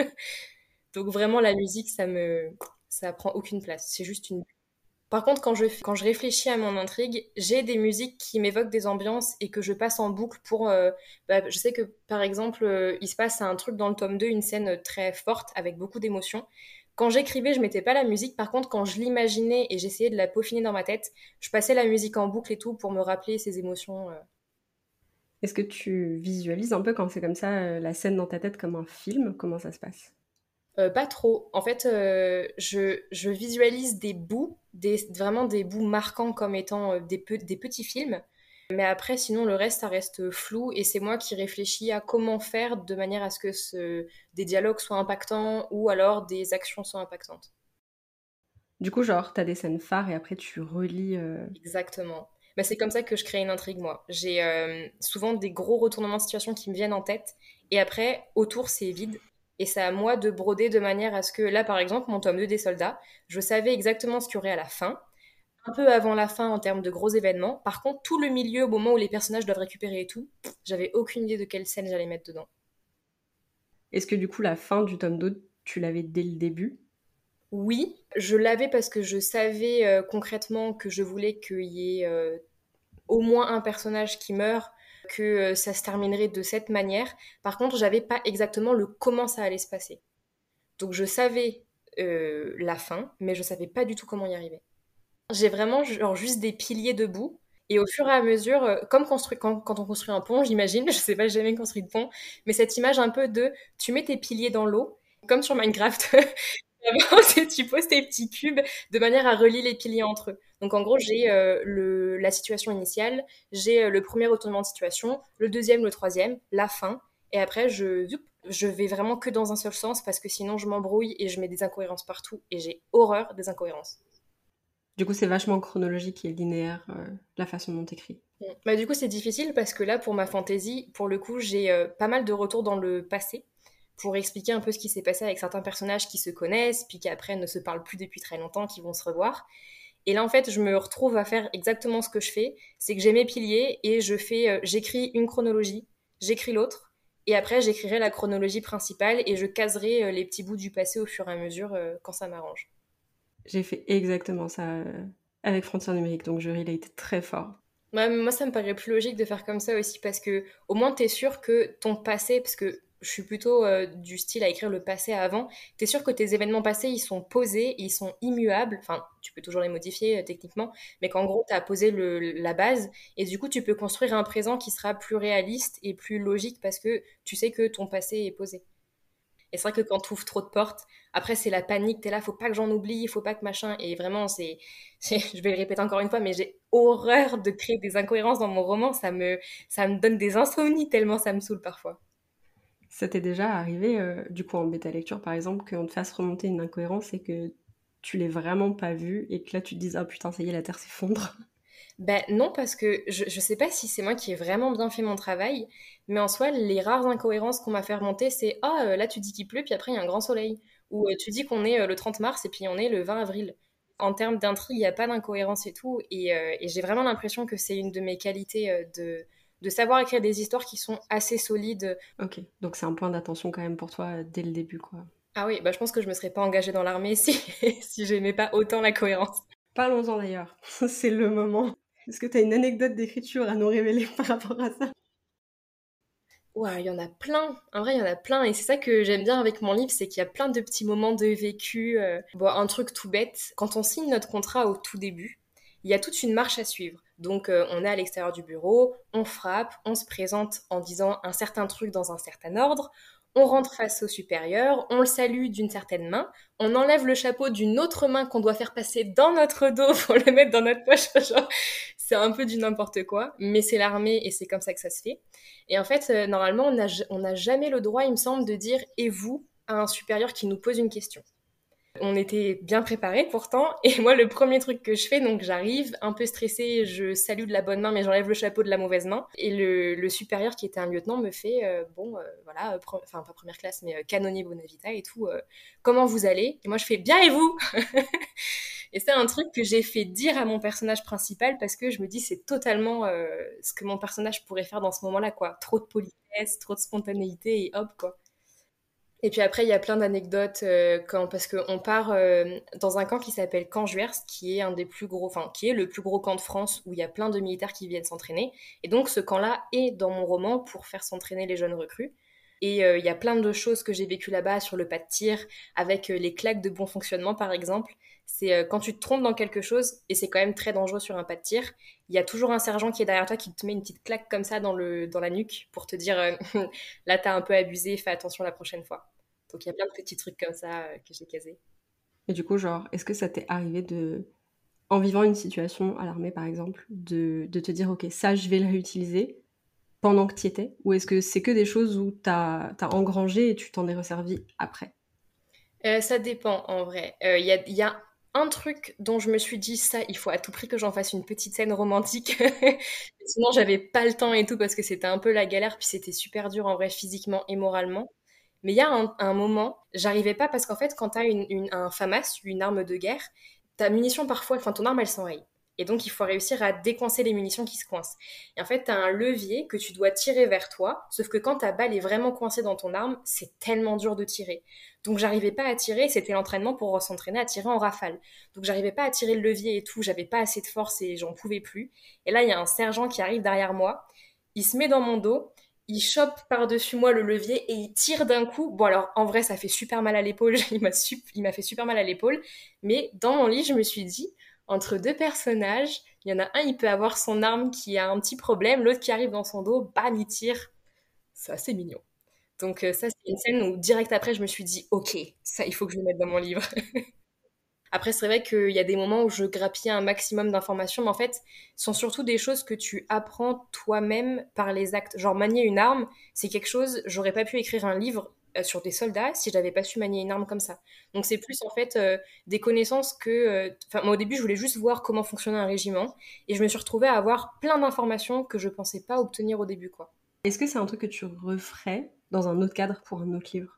Donc vraiment, la musique, ça prend aucune place. C'est juste une... Par contre, quand je réfléchis à mon intrigue, j'ai des musiques qui m'évoquent des ambiances et que je passe en boucle pour... je sais que, par exemple, il se passe un truc dans le tome 2, une scène très forte avec beaucoup d'émotions. Quand j'écrivais, je mettais pas la musique. Par contre, quand je l'imaginais et j'essayais de la peaufiner dans ma tête, je passais la musique en boucle et tout pour me rappeler ces émotions. Est-ce que tu visualises un peu quand c'est comme ça la scène dans ta tête comme un film? Comment ça se passe? Pas trop. En fait, je visualise des bouts, vraiment des bouts marquants comme étant des petits films. Mais après, sinon, le reste, ça reste flou et c'est moi qui réfléchis à comment faire de manière à ce que des dialogues soient impactants ou alors des actions soient impactantes. Du coup, genre, t'as des scènes phares et après tu relis. Exactement. Mais c'est comme ça que je crée une intrigue, moi. J'ai souvent des gros retournements de situation qui me viennent en tête et après, autour, c'est vide. Et c'est à moi de broder de manière à ce que, là, par exemple, mon tome 2 des soldats, je savais exactement ce qu'il y aurait à la fin, un peu avant la fin en termes de gros événements. Par contre, tout le milieu, au moment où les personnages doivent récupérer et tout, j'avais aucune idée de quelle scène j'allais mettre dedans. Est-ce que du coup, la fin du tome 2, tu l'avais dès le début? Oui, je l'avais parce que je savais concrètement que je voulais qu'il y ait au moins un personnage qui meurt, que ça se terminerait de cette manière. Par contre, j'avais pas exactement le comment ça allait se passer. Donc je savais la fin, mais je savais pas du tout comment y arriver. J'ai vraiment genre juste des piliers debout. Et au fur et à mesure, comme quand on construit un pont, j'imagine, je sais pas, j'ai jamais construit de pont, mais cette image un peu de tu mets tes piliers dans l'eau, comme sur Minecraft, Vraiment, tu poses tes petits cubes de manière à relier les piliers entre eux. Donc en gros, j'ai la situation initiale, j'ai le premier retournement de situation, le deuxième, le troisième, la fin, et après je vais vraiment que dans un seul sens parce que sinon je m'embrouille et je mets des incohérences partout et j'ai horreur des incohérences. Du coup, c'est vachement chronologique et linéaire, la façon dont t'écris. Bah, du coup, c'est difficile parce que là, pour ma fantaisie, pour le coup, j'ai pas mal de retours dans le passé pour expliquer un peu ce qui s'est passé avec certains personnages qui se connaissent, puis qui après ne se parlent plus depuis très longtemps, qui vont se revoir. Et là, en fait, je me retrouve à faire exactement ce que je fais, c'est que j'ai mes piliers et j'écris une chronologie, j'écris l'autre, et après j'écrirai la chronologie principale et je caserai les petits bouts du passé au fur et à mesure quand ça m'arrange. J'ai fait exactement ça, avec Frontières numériques, donc je relate très fort. Moi, ça me paraît plus logique de faire comme ça aussi parce que au moins t'es sûr que ton passé, parce que je suis plutôt du style à écrire le passé avant, t'es sûr que tes événements passés ils sont posés, ils sont immuables. Enfin, tu peux toujours les modifier techniquement, mais qu'en gros t'as posé la base et du coup tu peux construire un présent qui sera plus réaliste et plus logique parce que tu sais que ton passé est posé. Et c'est vrai que quand tu ouvres trop de portes, après c'est la panique, t'es là, faut pas que j'en oublie, faut pas que machin. Et vraiment, je vais le répéter encore une fois, mais j'ai horreur de créer des incohérences dans mon roman. Ça me donne des insomnies tellement ça me saoule parfois. Ça t'est déjà arrivé, du coup en bêta lecture par exemple, qu'on te fasse remonter une incohérence et que tu l'aies vraiment pas vue et que là tu te dises: «Ah putain, ça y est, la Terre s'effondre». Ben non, parce que je sais pas si c'est moi qui ai vraiment bien fait mon travail, mais en soi, les rares incohérences qu'on m'a fait remonter, c'est ah, là tu dis qu'il pleut, puis après il y a un grand soleil. Ou tu dis qu'on est le 30 mars et puis on est le 20 avril. En termes d'intrigue, il n'y a pas d'incohérence et tout. Et j'ai vraiment l'impression que c'est une de mes qualités de savoir écrire des histoires qui sont assez solides. OK, donc c'est un point d'attention quand même pour toi, dès le début, quoi. Ah oui, bah je pense que je me serais pas engagée dans l'armée si, si j'aimais pas autant la cohérence. Parlons-en d'ailleurs, c'est le moment. Est-ce que tu as une anecdote d'écriture à nous révéler par rapport à ça? Ouais, il y en a plein. En vrai, il y en a plein. Et c'est ça que j'aime bien avec mon livre, c'est qu'il y a plein de petits moments de vécu. Bon, un truc tout bête. Quand on signe notre contrat au tout début, il y a toute une marche à suivre. Donc, on est à l'extérieur du bureau, on frappe, on se présente en disant un certain truc dans un certain ordre. On rentre face au supérieur, on le salue d'une certaine main, on enlève le chapeau d'une autre main qu'on doit faire passer dans notre dos pour le mettre dans notre poche. Genre, c'est un peu du n'importe quoi, mais c'est l'armée et c'est comme ça que ça se fait. Et en fait, normalement, on n'a jamais le droit, il me semble, de dire «et vous» à un supérieur qui nous pose une question. On était bien préparés pourtant, et moi, le premier truc que je fais, donc j'arrive, un peu stressée, je salue de la bonne main, mais j'enlève le chapeau de la mauvaise main. Et le supérieur, qui était un lieutenant, me fait bon, voilà, enfin, pas première classe, mais canonnier Bonavita et tout, comment vous allez? Et moi, je fais bien, et vous? Et c'est un truc que j'ai fait dire à mon personnage principal parce que je me dis c'est totalement ce que mon personnage pourrait faire dans ce moment-là, quoi. Trop de politesse, trop de spontanéité et hop, quoi. Et puis après, il y a plein d'anecdotes parce qu'on part dans un camp qui s'appelle Camp Juers, qui est un des plus gros, enfin qui est le plus gros camp de France où il y a plein de militaires qui viennent s'entraîner. Et donc ce camp-là est dans mon roman pour faire s'entraîner les jeunes recrues. Et il y a plein de choses que j'ai vécues là-bas sur le pas de tir, avec les claques de bon fonctionnement par exemple. C'est quand tu te trompes dans quelque chose, et c'est quand même très dangereux sur un pas de tir, il y a toujours un sergent qui est derrière toi qui te met une petite claque comme ça dans la nuque pour te dire là t'as un peu abusé, fais attention la prochaine fois. Donc il y a plein de petits trucs comme ça que j'ai casés. Et du coup, genre, est-ce que ça t'est arrivé en vivant une situation à l'armée par exemple, de te dire: «OK, ça je vais le réutiliser», pendant que tu y étais? Ou est-ce que c'est que des choses où t'as engrangé et tu t'en es resservi après? Ça dépend en vrai. Il y a un truc dont je me suis dit, ça, il faut à tout prix que j'en fasse une petite scène romantique. Sinon, j'avais pas le temps et tout parce que c'était un peu la galère, puis c'était super dur en vrai physiquement et moralement. Mais il y a un moment, j'arrivais pas parce qu'en fait, quand t'as un FAMAS, une arme de guerre, ta munition parfois, enfin ton arme elle s'enraye. Et donc il faut réussir à décoincer les munitions qui se coincent. Et en fait, t'as un levier que tu dois tirer vers toi, sauf que quand ta balle est vraiment coincée dans ton arme, c'est tellement dur de tirer. Donc j'arrivais pas à tirer, c'était l'entraînement pour s'entraîner à tirer en rafale. Donc j'arrivais pas à tirer le levier et tout, j'avais pas assez de force et j'en pouvais plus. Et là, il y a un sergent qui arrive derrière moi, il se met dans mon dos, il chope par-dessus moi le levier et il tire d'un coup. Bon alors en vrai ça fait super mal à l'épaule, il m'a fait super mal à l'épaule, mais dans mon lit je me suis dit, entre deux personnages, il y en a un il peut avoir son arme qui a un petit problème, l'autre qui arrive dans son dos, bam il tire, c'est assez mignon. Donc ça, c'est une scène où direct après, je me suis dit, ok, ça, il faut que je le mette dans mon livre. Après, c'est vrai qu'il y a des moments où je grappille un maximum d'informations, mais en fait, ce sont surtout des choses que tu apprends toi-même par les actes. Genre, manier une arme, c'est quelque chose, j'aurais pas pu écrire un livre sur des soldats si j'avais pas su manier une arme comme ça. Donc, c'est plus en fait des connaissances que. Enfin, moi, au début, je voulais juste voir comment fonctionnait un régiment, et je me suis retrouvée à avoir plein d'informations que je pensais pas obtenir au début, quoi. Est-ce que c'est un truc que tu referais dans un autre cadre pour un autre livre?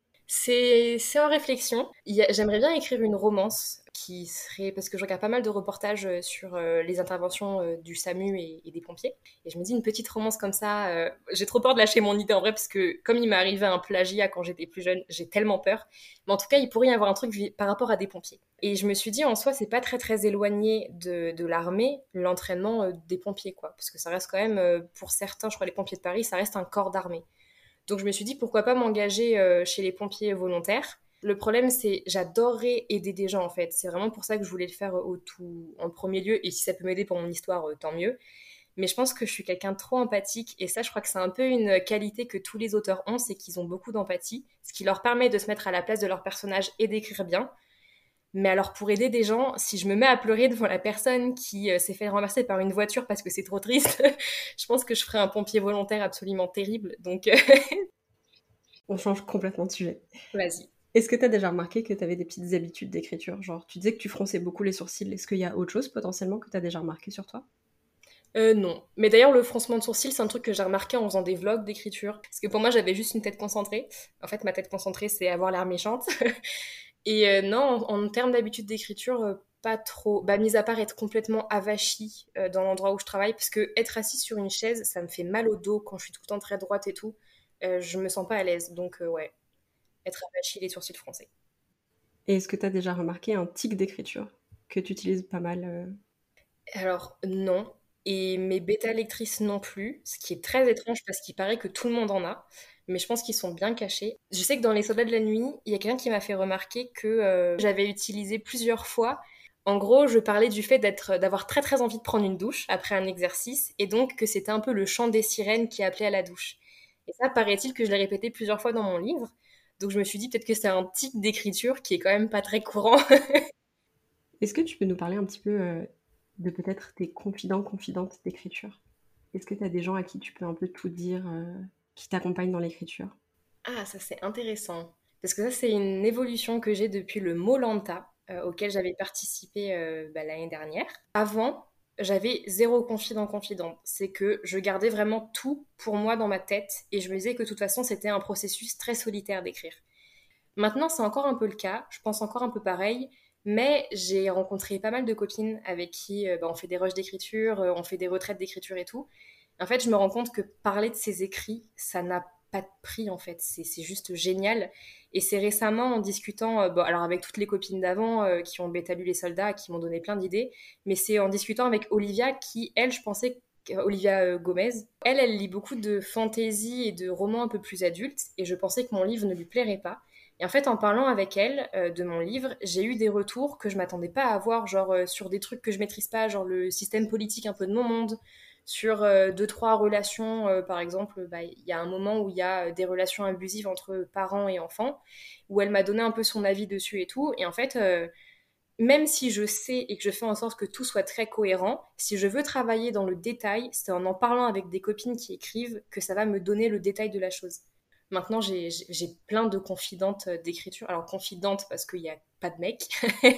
C'est en réflexion. J'aimerais bien écrire une romance qui serait... Parce que je regarde pas mal de reportages sur les interventions du SAMU et des pompiers. Et je me dis, une petite romance comme ça... j'ai trop peur de lâcher mon idée en vrai, parce que comme il m'est arrivé un plagiat quand j'étais plus jeune, j'ai tellement peur. Mais en tout cas, il pourrait y avoir un truc par rapport à des pompiers. Et je me suis dit, en soi, c'est pas très très éloigné de l'armée, l'entraînement des pompiers, quoi. Parce que ça reste quand même, pour certains, je crois les pompiers de Paris, ça reste un corps d'armée. Donc je me suis dit pourquoi pas m'engager chez les pompiers volontaires. Le problème c'est j'adorerais aider des gens en fait. C'est vraiment pour ça que je voulais le faire en premier lieu et si ça peut m'aider pour mon histoire tant mieux. Mais je pense que je suis quelqu'un de trop empathique et ça je crois que c'est un peu une qualité que tous les auteurs ont, c'est qu'ils ont beaucoup d'empathie, ce qui leur permet de se mettre à la place de leur personnage et d'écrire bien. Mais alors pour aider des gens, si je me mets à pleurer devant la personne qui s'est fait renverser par une voiture parce que c'est trop triste, je pense que je ferais un pompier volontaire absolument terrible. Donc On change complètement de sujet. vas-y. Est-ce que tu as déjà remarqué que tu avais des petites habitudes d'écriture? Genre, tu disais que tu fronçais beaucoup les sourcils. Est-ce qu'il y a autre chose potentiellement que tu as déjà remarqué sur toi? Non. Mais d'ailleurs, le froncement de sourcils, c'est un truc que j'ai remarqué en faisant des vlogs d'écriture. Parce que pour moi, j'avais juste une tête concentrée. En fait, ma tête concentrée, c'est avoir l'air méchante. Et non, en termes d'habitude d'écriture, pas trop. Bah, mis à part être complètement avachie dans l'endroit où je travaille, parce que être assise sur une chaise, ça me fait mal au dos quand je suis tout le temps très droite et tout. Je me sens pas à l'aise. Donc, ouais, être avachie, les sourcils froncés. Et est-ce que tu as déjà remarqué un tic d'écriture que tu utilises pas mal Alors non, et mes bêta lectrices non plus, ce qui est très étrange parce qu'il paraît que tout le monde en a, mais je pense qu'ils sont bien cachés. Je sais que dans Les Soldats de la Nuit, il y a quelqu'un qui m'a fait remarquer que j'avais utilisé plusieurs fois. En gros, je parlais du fait d'avoir très très envie de prendre une douche après un exercice, et donc que c'était un peu le chant des sirènes qui appelait à la douche. Et ça, paraît-il que je l'ai répété plusieurs fois dans mon livre, donc je me suis dit peut-être que c'est un tic d'écriture qui est quand même pas très courant. Est-ce que tu peux nous parler un petit peu de peut-être tes confidents, confidentes d'écriture? Est-ce que tu as des gens à qui tu peux un peu tout dire, qui t'accompagnent dans l'écriture? Ah, ça c'est intéressant. Parce que ça, c'est une évolution que j'ai depuis le Molanta, auquel j'avais participé l'année dernière. Avant, j'avais zéro confident-confidente. C'est que je gardais vraiment tout pour moi dans ma tête et je me disais que de toute façon, c'était un processus très solitaire d'écrire. Maintenant, c'est encore un peu le cas. Je pense encore un peu pareil. Mais j'ai rencontré pas mal de copines avec qui on fait des rushs d'écriture, on fait des retraites d'écriture et tout. En fait, je me rends compte que parler de ses écrits, ça n'a pas de prix en fait. C'est juste génial. Et c'est récemment en discutant, alors avec toutes les copines d'avant qui ont bêta lu les soldats, qui m'ont donné plein d'idées, mais c'est en discutant avec Olivia qui, elle, je pensais Olivia Gomez. Elle lit beaucoup de fantasy et de romans un peu plus adultes, et je pensais que mon livre ne lui plairait pas. Et en fait, en parlant avec elle de mon livre, j'ai eu des retours que je m'attendais pas à avoir, genre sur des trucs que je maîtrise pas, genre le système politique un peu de mon monde, sur deux, trois relations, par exemple, il y a un moment où il y a des relations abusives entre parents et enfants, où elle m'a donné un peu son avis dessus et tout. Et en fait, même si je sais et que je fais en sorte que tout soit très cohérent, si je veux travailler dans le détail, c'est en parlant avec des copines qui écrivent que ça va me donner le détail de la chose. Maintenant, j'ai plein de confidentes d'écriture. Alors, confidentes parce qu'il n'y a pas de mec.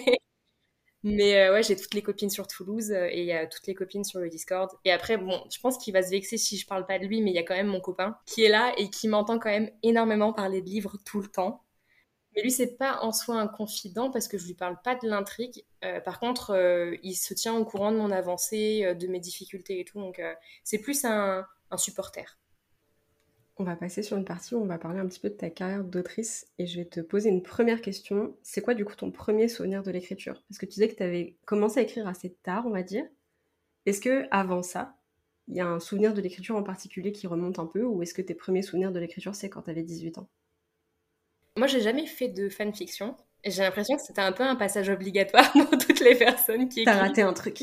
Mais ouais, j'ai toutes les copines sur Toulouse et il y a toutes les copines sur le Discord. Et après, bon, je pense qu'il va se vexer si je parle pas de lui, mais il y a quand même mon copain qui est là et qui m'entend quand même énormément parler de livres tout le temps. Mais lui, c'est pas en soi un confident parce que je lui parle pas de l'intrigue. Par contre, il se tient au courant de mon avancée, de mes difficultés et tout. Donc, c'est plus un supporter. On va passer sur une partie où on va parler un petit peu de ta carrière d'autrice et je vais te poser une première question. C'est quoi du coup ton premier souvenir de l'écriture? Parce que tu disais que tu avais commencé à écrire assez tard, on va dire. Est-ce que avant ça, il y a un souvenir de l'écriture en particulier qui remonte un peu ou est-ce que tes premiers souvenirs de l'écriture c'est quand tu avais 18 ans? Moi, j'ai jamais fait de fanfiction. Et j'ai l'impression que c'était un peu un passage obligatoire pour toutes les personnes qui T'as écrivent. raté un truc.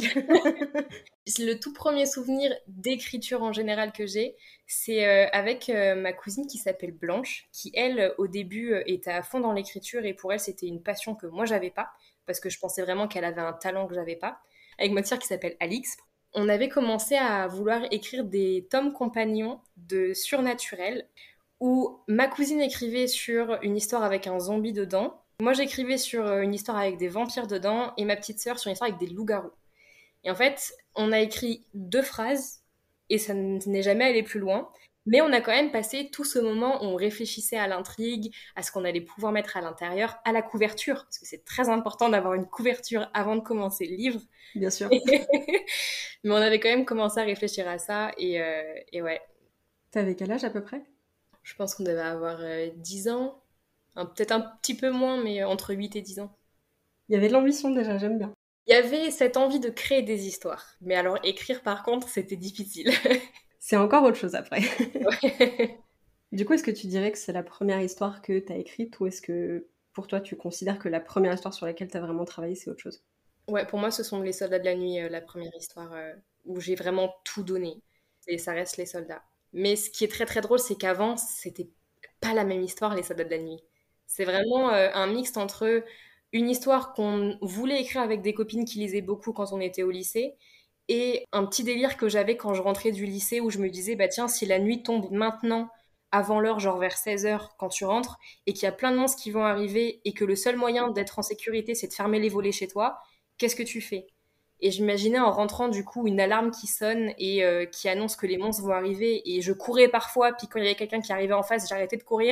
Le tout premier souvenir d'écriture en général que j'ai, c'est avec ma cousine qui s'appelle Blanche, qui elle, au début, était à fond dans l'écriture et pour elle, c'était une passion que moi, j'avais pas, parce que je pensais vraiment qu'elle avait un talent que j'avais pas. Avec ma sœur qui s'appelle Alix, on avait commencé à vouloir écrire des tomes compagnons de surnaturel, où ma cousine écrivait sur une histoire avec un zombie dedans, moi j'écrivais sur une histoire avec des vampires dedans, et ma petite sœur sur une histoire avec des loups-garous. Et en fait, on a écrit 2 phrases et ça n'est jamais allé plus loin. Mais on a quand même passé tout ce moment où on réfléchissait à l'intrigue, à ce qu'on allait pouvoir mettre à l'intérieur, à la couverture, parce que c'est très important d'avoir une couverture avant de commencer le livre. Bien sûr. Mais on avait quand même commencé à réfléchir à ça et ouais, T'avais quel âge à peu près? je pense qu'on devait avoir 10 ans, peut-être un petit peu moins, mais entre 8 et 10 ans. Il y avait de l'ambition déjà, j'aime bien. Il y avait cette envie de créer des histoires. Mais alors écrire par contre, c'était difficile. C'est encore autre chose après. Ouais. Du coup, est-ce que tu dirais que c'est la première histoire que t'as écrite ou est-ce que pour toi tu considères que la première histoire sur laquelle t'as vraiment travaillé c'est autre chose? Ouais, pour moi, ce sont les Soldats de la Nuit, la première histoire où j'ai vraiment tout donné. Et ça reste les soldats. Mais ce qui est très très drôle, c'est qu'avant, c'était pas la même histoire, les Soldats de la Nuit. C'est vraiment un mixte entre une histoire qu'on voulait écrire avec des copines qui lisaient beaucoup quand on était au lycée et un petit délire que j'avais quand je rentrais du lycée où je me disais, bah tiens, si la nuit tombe maintenant, avant l'heure, genre vers 16 h quand tu rentres, et qu'il y a plein de monstres qui vont arriver et que le seul moyen d'être en sécurité, c'est de fermer les volets chez toi, qu'est-ce que tu fais? Et j'imaginais en rentrant du coup une alarme qui sonne et qui annonce que les monstres vont arriver et je courais parfois, puis quand il y avait quelqu'un qui arrivait en face, j'arrêtais de courir.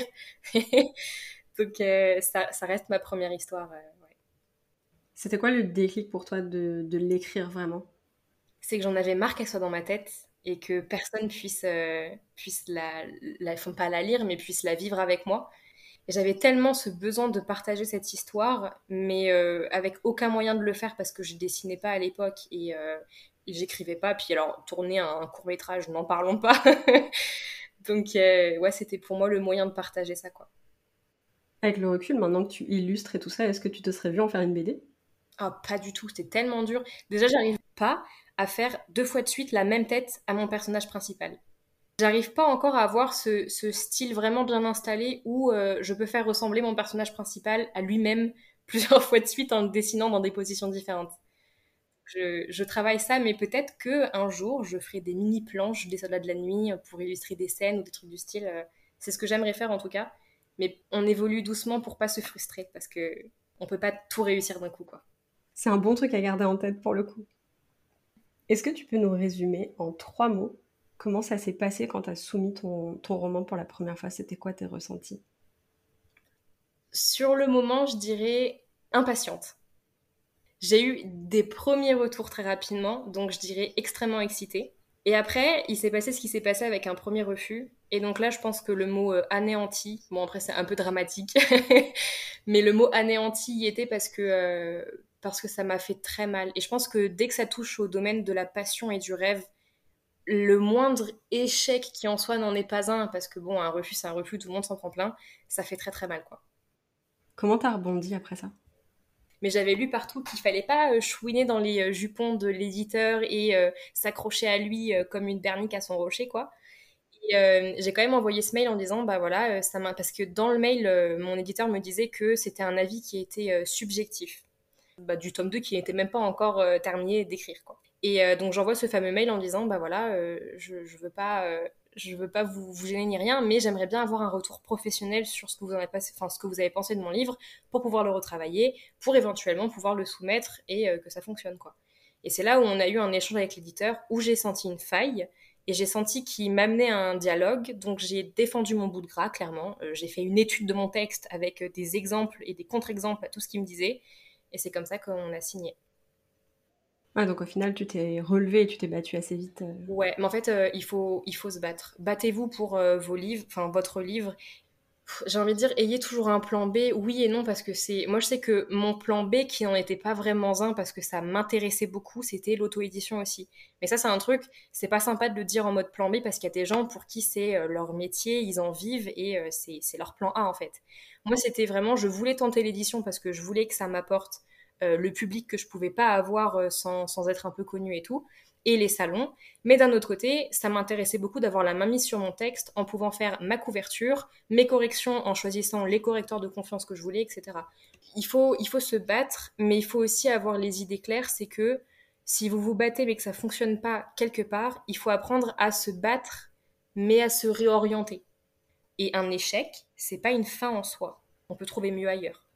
Donc ça reste ma première histoire. Ouais. C'était quoi le déclic pour toi de l'écrire vraiment? C'est que j'en avais marre qu'elle soit dans ma tête et que personne puisse enfin, pas la lire, mais puisse la vivre avec moi. Et j'avais tellement ce besoin de partager cette histoire, mais avec aucun moyen de le faire parce que je dessinais pas à l'époque et j'écrivais pas. Puis alors, tourner un court métrage, n'en parlons pas. Donc ouais, c'était pour moi le moyen de partager ça, quoi. Avec le recul, maintenant que tu illustres et tout ça, est-ce que tu te serais vu en faire une BD? Ah, pas du tout, c'était tellement dur. Déjà, j'arrive pas à faire 2 fois de suite la même tête à mon personnage principal. J'arrive pas encore à avoir ce style vraiment bien installé où je peux faire ressembler mon personnage principal à lui-même plusieurs fois de suite en le dessinant dans des positions différentes. Je travaille ça, mais peut-être que un jour, je ferai des mini-planches des Soldats de la Nuit pour illustrer des scènes ou des trucs du style. C'est ce que j'aimerais faire en tout cas. Mais on évolue doucement pour pas se frustrer parce que on peut pas tout réussir d'un coup, quoi. C'est un bon truc à garder en tête pour le coup. Est-ce que tu peux nous résumer en 3 mots comment ça s'est passé quand tu as soumis ton roman pour la première fois? C'était quoi tes ressentis? Sur le moment, je dirais impatiente. J'ai eu des premiers retours très rapidement, donc je dirais extrêmement excitée. Et après, il s'est passé ce qui s'est passé avec un premier refus. Et donc là, je pense que le mot anéanti, bon après c'est un peu dramatique, mais le mot anéanti y était parce que ça m'a fait très mal. Et je pense que dès que ça touche au domaine de la passion et du rêve, le moindre échec qui en soi n'en est pas un, parce que bon, un refus c'est un refus, tout le monde s'en prend plein, ça fait très très mal, quoi. Comment t'as rebondi après ça? Mais j'avais lu partout qu'il fallait pas chouiner dans les jupons de l'éditeur et s'accrocher à lui comme une bernique à son rocher, quoi. Et j'ai quand même envoyé ce mail en disant, bah voilà, parce que dans le mail, mon éditeur me disait que c'était un avis qui était subjectif, bah, du tome 2 qui n'était même pas encore terminé d'écrire, quoi. Et donc j'envoie ce fameux mail en disant, bah voilà, je veux pas vous gêner ni rien, mais j'aimerais bien avoir un retour professionnel sur ce que vous en avez passé, enfin ce que vous avez pensé de mon livre, pour pouvoir le retravailler, pour éventuellement pouvoir le soumettre et que ça fonctionne, quoi. Et c'est là où on a eu un échange avec l'éditeur, où j'ai senti une faille, et j'ai senti qu'il m'amenait à un dialogue, donc j'ai défendu mon bout de gras, clairement. J'ai fait une étude de mon texte avec des exemples et des contre-exemples à tout ce qu'il me disait, et c'est comme ça qu'on a signé. Ah, donc au final, tu t'es relevé et tu t'es battu assez vite. Ouais, mais en fait, il faut se battre. Battez-vous pour vos livres, enfin votre livre. J'ai envie de dire, ayez toujours un plan B, oui et non, parce que moi je sais que mon plan B, qui n'en était pas vraiment un, parce que ça m'intéressait beaucoup, c'était l'auto-édition aussi. Mais ça, c'est un truc, c'est pas sympa de le dire en mode plan B, parce qu'il y a des gens pour qui c'est leur métier, ils en vivent, et c'est leur plan A, en fait. Moi, c'était vraiment, je voulais tenter l'édition, parce que je voulais que ça m'apporte le public que je pouvais pas avoir sans être un peu connu et tout, et les salons. Mais d'un autre côté, ça m'intéressait beaucoup d'avoir la main mise sur mon texte en pouvant faire ma couverture, mes corrections en choisissant les correcteurs de confiance que je voulais, etc. Il faut se battre, mais il faut aussi avoir les idées claires. C'est que si vous vous battez mais que ça fonctionne pas quelque part, il faut apprendre à se battre, mais à se réorienter. Et un échec, c'est pas une fin en soi. On peut trouver mieux ailleurs.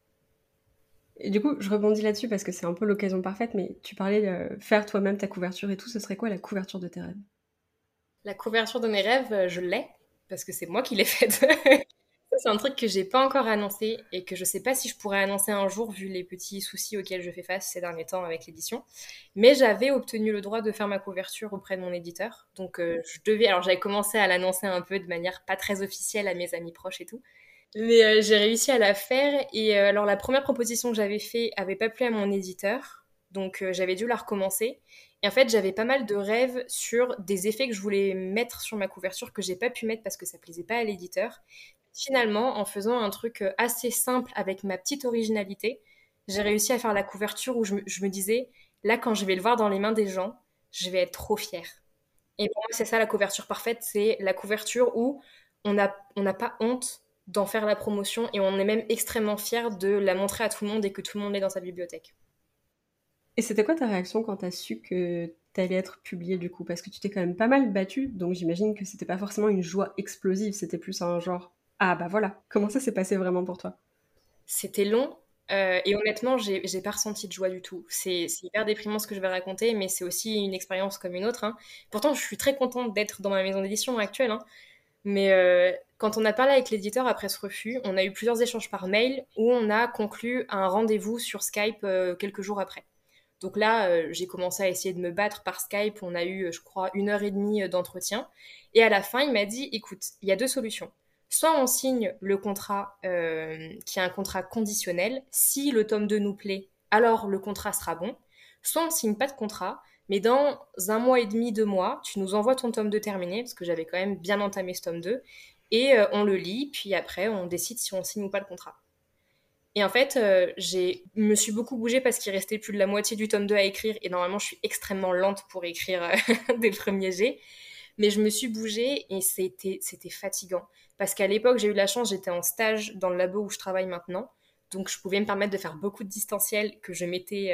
Et du coup, je rebondis là-dessus parce que c'est un peu l'occasion parfaite, mais tu parlais de faire toi-même ta couverture et tout, ce serait quoi la couverture de tes rêves? La couverture de mes rêves, je l'ai, parce que c'est moi qui l'ai faite. Ça, c'est un truc que j'ai pas encore annoncé et que je sais pas si je pourrais annoncer un jour vu les petits soucis auxquels je fais face ces derniers temps avec l'édition. Mais j'avais obtenu le droit de faire ma couverture auprès de mon éditeur. Donc alors j'avais commencé à l'annoncer un peu de manière pas très officielle à mes amis proches et tout. Mais j'ai réussi à la faire et alors la première proposition que j'avais fait avait pas plu à mon éditeur. Donc j'avais dû la recommencer. Et en fait, j'avais pas mal de rêves sur des effets que je voulais mettre sur ma couverture que j'ai pas pu mettre parce que ça plaisait pas à l'éditeur. Finalement, en faisant un truc assez simple avec ma petite originalité, j'ai réussi à faire la couverture où je me disais, là, quand je vais le voir dans les mains des gens, je vais être trop fière. Et pour moi, c'est ça la couverture parfaite, c'est la couverture où on n'a pas honte d'en faire la promotion et on est même extrêmement fier de la montrer à tout le monde et que tout le monde l'ait dans sa bibliothèque. Et c'était quoi ta réaction quand t'as su que t'allais être publié du coup? Parce que tu t'es quand même pas mal battu, donc j'imagine que c'était pas forcément une joie explosive, c'était plus un genre ah bah voilà. Comment ça s'est passé vraiment pour toi? C'était long. Et honnêtement, j'ai pas ressenti de joie du tout. C'est hyper déprimant ce que je vais raconter, mais c'est aussi une expérience comme une autre, hein. Pourtant, je suis très contente d'être dans ma maison d'édition actuelle, hein. Mais quand on a parlé avec l'éditeur après ce refus, on a eu plusieurs échanges par mail où on a conclu un rendez-vous sur Skype quelques jours après. Donc là, j'ai commencé à essayer de me battre par Skype. On a eu, je crois, 1 heure et demie d'entretien. Et à la fin, il m'a dit, écoute, il y a deux solutions. Soit on signe le contrat qui est un contrat conditionnel. Si le tome 2 nous plaît, alors le contrat sera bon. Soit on signe pas de contrat, mais dans 1 mois et demi, 2 mois, tu nous envoies ton tome 2 terminé, parce que j'avais quand même bien entamé ce tome 2, et on le lit, puis après on décide si on signe ou pas le contrat. Et en fait, me suis beaucoup bougée parce qu'il restait plus de la moitié du tome 2 à écrire. Et normalement, je suis extrêmement lente pour écrire des premiers jets. Mais je me suis bougée et c'était fatigant. Parce qu'à l'époque, j'ai eu la chance, j'étais en stage dans le labo où je travaille maintenant. Donc, je pouvais me permettre de faire beaucoup de distanciel que je mettais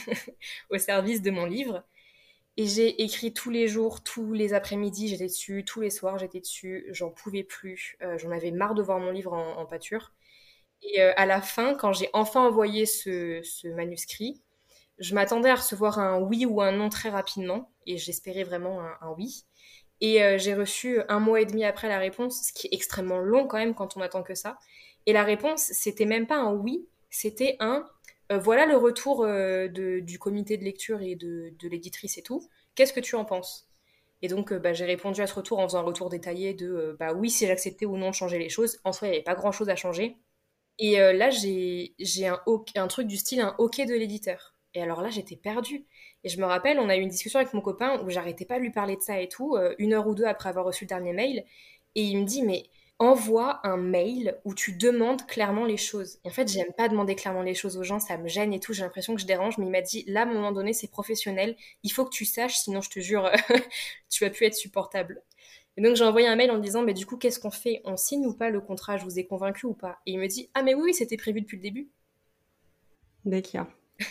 au service de mon livre. Et j'ai écrit tous les jours, tous les après-midi, j'étais dessus, tous les soirs, j'étais dessus. J'en pouvais plus. J'en avais marre de voir mon livre en pâture. Et à la fin, quand j'ai enfin envoyé ce manuscrit, je m'attendais à recevoir un oui ou un non très rapidement, et j'espérais vraiment un oui. Et j'ai reçu 1 mois et demi après la réponse, ce qui est extrêmement long quand même quand on attend que ça. Et la réponse, c'était même pas un oui, c'était un voilà le retour du comité de lecture et de l'éditrice et tout. Qu'est-ce que tu en penses? Et donc, bah, j'ai répondu à ce retour en faisant un retour détaillé de bah oui, si j'acceptais ou non de changer les choses. En soi, il n'y avait pas grand-chose à changer. Et là, j'ai un truc du style un OK de l'éditeur. Et alors là, j'étais perdue. Et je me rappelle, on a eu une discussion avec mon copain où j'arrêtais pas de lui parler de ça et tout, 1 heure ou 2 après avoir reçu le dernier mail. Et il me dit, mais envoie un mail où tu demandes clairement les choses. Et en fait, j'aime pas demander clairement les choses aux gens, ça me gêne et tout, j'ai l'impression que je dérange. Mais il m'a dit, là, à un moment donné, c'est professionnel, il faut que tu saches, sinon je te jure, tu vas plus être supportable. Et donc j'ai envoyé un mail en disant, mais du coup, qu'est-ce qu'on fait? On signe ou pas le contrat? Je vous ai convaincu ou pas? Et il me dit, ah mais oui, oui, c'était prévu depuis le début. D'accord.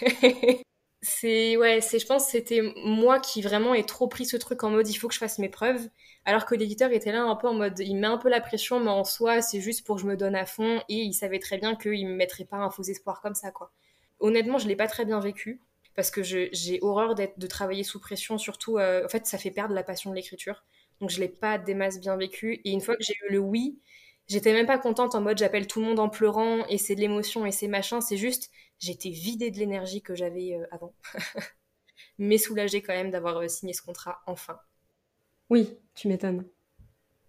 Ouais, je pense que c'était moi qui vraiment ai trop pris ce truc en mode, il faut que je fasse mes preuves. Alors que l'éditeur était là un peu en mode, il met un peu la pression, mais en soi, c'est juste pour que je me donne à fond. Et il savait très bien qu'il me mettrait pas un faux espoir comme ça, quoi. Honnêtement, je l'ai pas très bien vécu. Parce que j'ai horreur de travailler sous pression, surtout, en fait, ça fait perdre la passion de l'écriture. Donc je l'ai pas des masses bien vécu. Et une fois que j'ai eu le oui, j'étais même pas contente en mode j'appelle tout le monde en pleurant et c'est de l'émotion et c'est machin. C'est juste, j'étais vidée de l'énergie que j'avais avant. Mais soulagée quand même d'avoir signé ce contrat enfin. Oui, tu m'étonnes.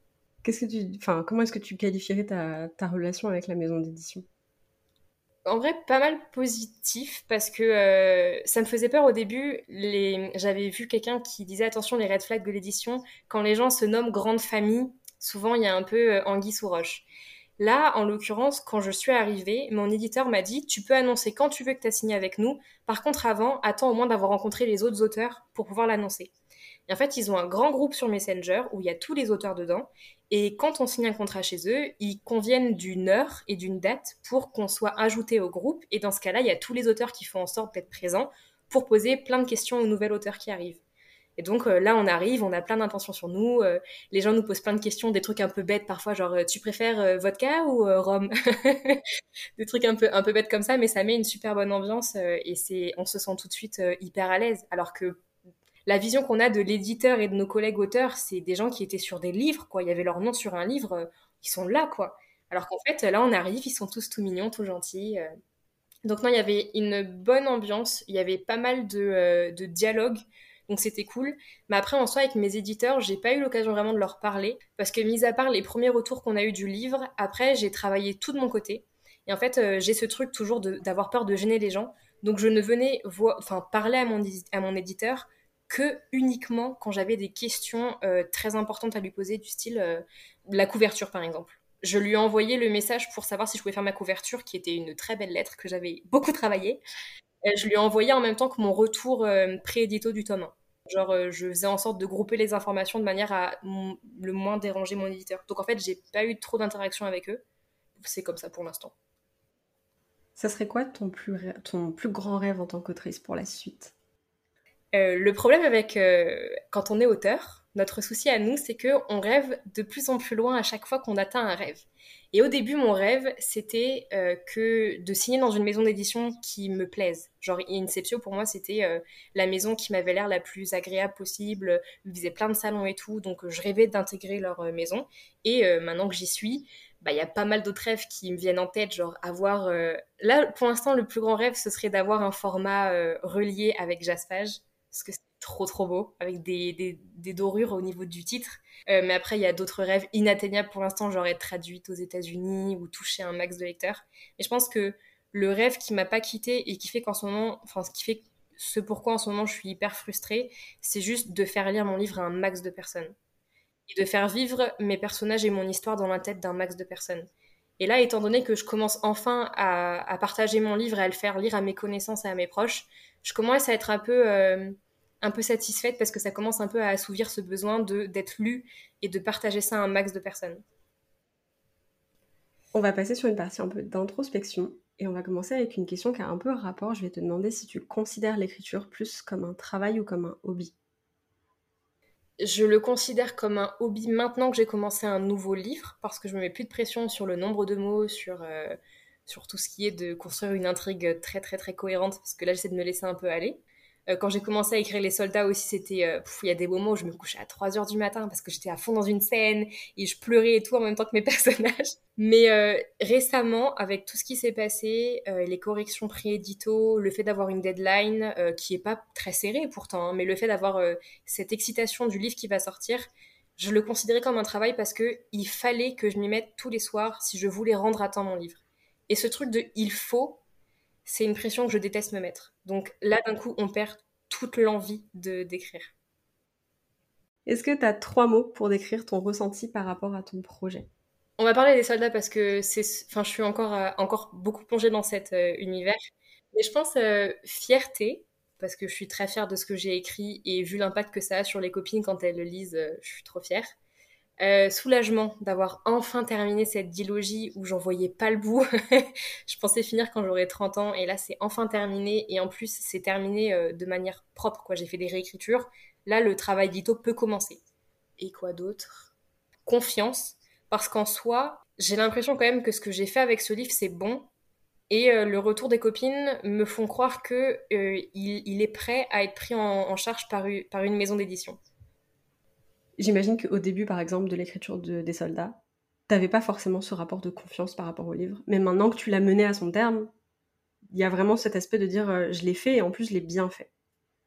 Comment est-ce que tu qualifierais ta relation avec la maison d'édition? En vrai, pas mal positif parce que ça me faisait peur au début. J'avais vu quelqu'un qui disait attention les red flags de l'édition. Quand les gens se nomment grande famille, souvent il y a un peu anguille sous roche. Là, en l'occurrence, quand je suis arrivée, mon éditeur m'a dit tu peux annoncer quand tu veux que tu as signé avec nous. Par contre, avant, attends au moins d'avoir rencontré les autres auteurs pour pouvoir l'annoncer. Et en fait, ils ont un grand groupe sur Messenger où il y a tous les auteurs dedans. Et quand on signe un contrat chez eux, ils conviennent d'une heure et d'une date pour qu'on soit ajouté au groupe. Et dans ce cas-là, il y a tous les auteurs qui font en sorte d'être présents pour poser plein de questions au nouvel auteur qui arrive. Et donc là, on arrive, on a plein d'intentions sur nous. Les gens nous posent plein de questions, des trucs un peu bêtes parfois, genre tu préfères vodka ou rhum? Des trucs un peu bêtes comme ça, mais ça met une super bonne ambiance on se sent tout de suite hyper à l'aise. Alors que la vision qu'on a de l'éditeur et de nos collègues auteurs, c'est des gens qui étaient sur des livres, quoi. Il y avait leur nom sur un livre, ils sont là, quoi. Alors qu'en fait, là, on arrive, ils sont tous tout mignons, tout gentils. Donc non, il y avait une bonne ambiance, il y avait pas mal de dialogues, donc c'était cool. Mais après, en soi, avec mes éditeurs, j'ai pas eu l'occasion vraiment de leur parler, parce que mis à part les premiers retours qu'on a eu du livre, après, j'ai travaillé tout de mon côté. Et en fait, j'ai ce truc toujours d'avoir peur de gêner les gens. Donc je ne venais parler à mon éditeur que uniquement quand j'avais des questions très importantes à lui poser, du style la couverture par exemple. Je lui ai envoyé le message pour savoir si je pouvais faire ma couverture, qui était une très belle lettre que j'avais beaucoup travaillée. Je lui ai envoyé en même temps que mon retour pré-édito du tome 1. Genre, je faisais en sorte de grouper les informations de manière à le moins déranger mon éditeur. Donc en fait, j'ai pas eu trop d'interaction avec eux. C'est comme ça pour l'instant. Ça serait quoi ton plus grand rêve en tant qu'autrice pour la suite? Le problème avec quand on est auteur, notre souci à nous, c'est que on rêve de plus en plus loin à chaque fois qu'on atteint un rêve. Et au début, mon rêve, c'était que de signer dans une maison d'édition qui me plaise. Genre Inceptio, pour moi, c'était la maison qui m'avait l'air la plus agréable possible. Ils faisaient plein de salons et tout, donc je rêvais d'intégrer leur maison. Et maintenant que j'y suis, bah, y a pas mal d'autres rêves qui me viennent en tête, genre avoir... Là, pour l'instant, le plus grand rêve, ce serait d'avoir un format relié avec Jaspage parce que c'est trop trop beau, avec des dorures au niveau du titre. Mais après, il y a d'autres rêves inatteignables pour l'instant, genre être traduite aux États-Unis ou toucher un max de lecteurs. Et je pense que le rêve qui m'a pas quitté et qui fait qu'en ce moment, enfin, ce qui fait ce pourquoi en ce moment je suis hyper frustrée, c'est juste de faire lire mon livre à un max de personnes. Et de faire vivre mes personnages et mon histoire dans la tête d'un max de personnes. Et là, étant donné que je commence enfin à partager mon livre et à le faire lire à mes connaissances et à mes proches, je commence à être un peu satisfaite parce que ça commence un peu à assouvir ce besoin d'être lu et de partager ça à un max de personnes. On va passer sur une partie un peu d'introspection et on va commencer avec une question qui a un peu rapport. Je vais te demander si tu considères l'écriture plus comme un travail ou comme un hobby. Je le considère comme un hobby maintenant que j'ai commencé un nouveau livre parce que je me mets plus de pression sur le nombre de mots, sur tout ce qui est de construire une intrigue très très très cohérente parce que là j'essaie de me laisser un peu aller. Quand j'ai commencé à écrire Les Soldats aussi, c'était... il y a des moments où je me couchais à 3 heures du matin parce que j'étais à fond dans une scène et je pleurais et tout en même temps que mes personnages. Mais récemment, avec tout ce qui s'est passé, les corrections pré-édito, le fait d'avoir une deadline qui est pas très serrée pourtant, hein, mais le fait d'avoir cette excitation du livre qui va sortir, je le considérais comme un travail parce que il fallait que je m'y mette tous les soirs si je voulais rendre à temps mon livre. Et ce truc de il faut, c'est une pression que je déteste me mettre. Donc là, d'un coup, on perd toute l'envie d'écrire. Est-ce que tu as 3 mots pour décrire ton ressenti par rapport à ton projet? On va parler des soldats parce que je suis encore beaucoup plongée dans cet univers. Mais je pense fierté, parce que je suis très fière de ce que j'ai écrit et vu l'impact que ça a sur les copines quand elles le lisent, je suis trop fière. Soulagement d'avoir enfin terminé cette dilogie où j'en voyais pas le bout. Je pensais finir quand j'aurais 30 ans et là c'est enfin terminé et en plus c'est terminé de manière propre quoi. J'ai fait des réécritures. Là le travail d'Ito peut commencer. Et quoi d'autre? Confiance parce qu'en soi j'ai l'impression quand même que ce que j'ai fait avec ce livre c'est bon et le retour des copines me font croire que il est prêt à être pris en charge par une maison d'édition. J'imagine qu'au début, par exemple, de l'écriture des soldats, t'avais pas forcément ce rapport de confiance par rapport au livre. Mais maintenant que tu l'as mené à son terme, il y a vraiment cet aspect de dire je l'ai fait et en plus je l'ai bien fait.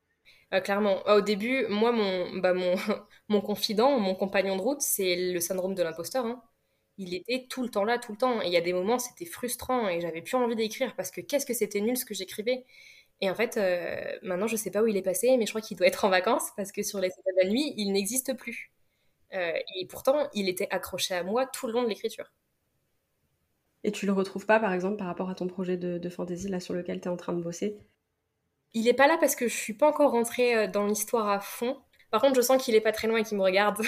Clairement. Au début, moi, mon confident, mon compagnon de route, c'est le syndrome de l'imposteur, hein. Il était tout le temps là, tout le temps. Et il y a des moments, c'était frustrant et j'avais plus envie d'écrire parce que qu'est-ce que c'était nul ce que j'écrivais. Et en fait, maintenant, je sais pas où il est passé, mais je crois qu'il doit être en vacances parce que sur les états de la nuit, il n'existe plus. Et pourtant, il était accroché à moi tout le long de l'écriture. Et tu le retrouves pas, par exemple, par rapport à ton projet de fantasy là sur lequel tu es en train de bosser? Il est pas là parce que je suis pas encore rentrée dans l'histoire à fond. Par contre, je sens qu'il est pas très loin et qu'il me regarde.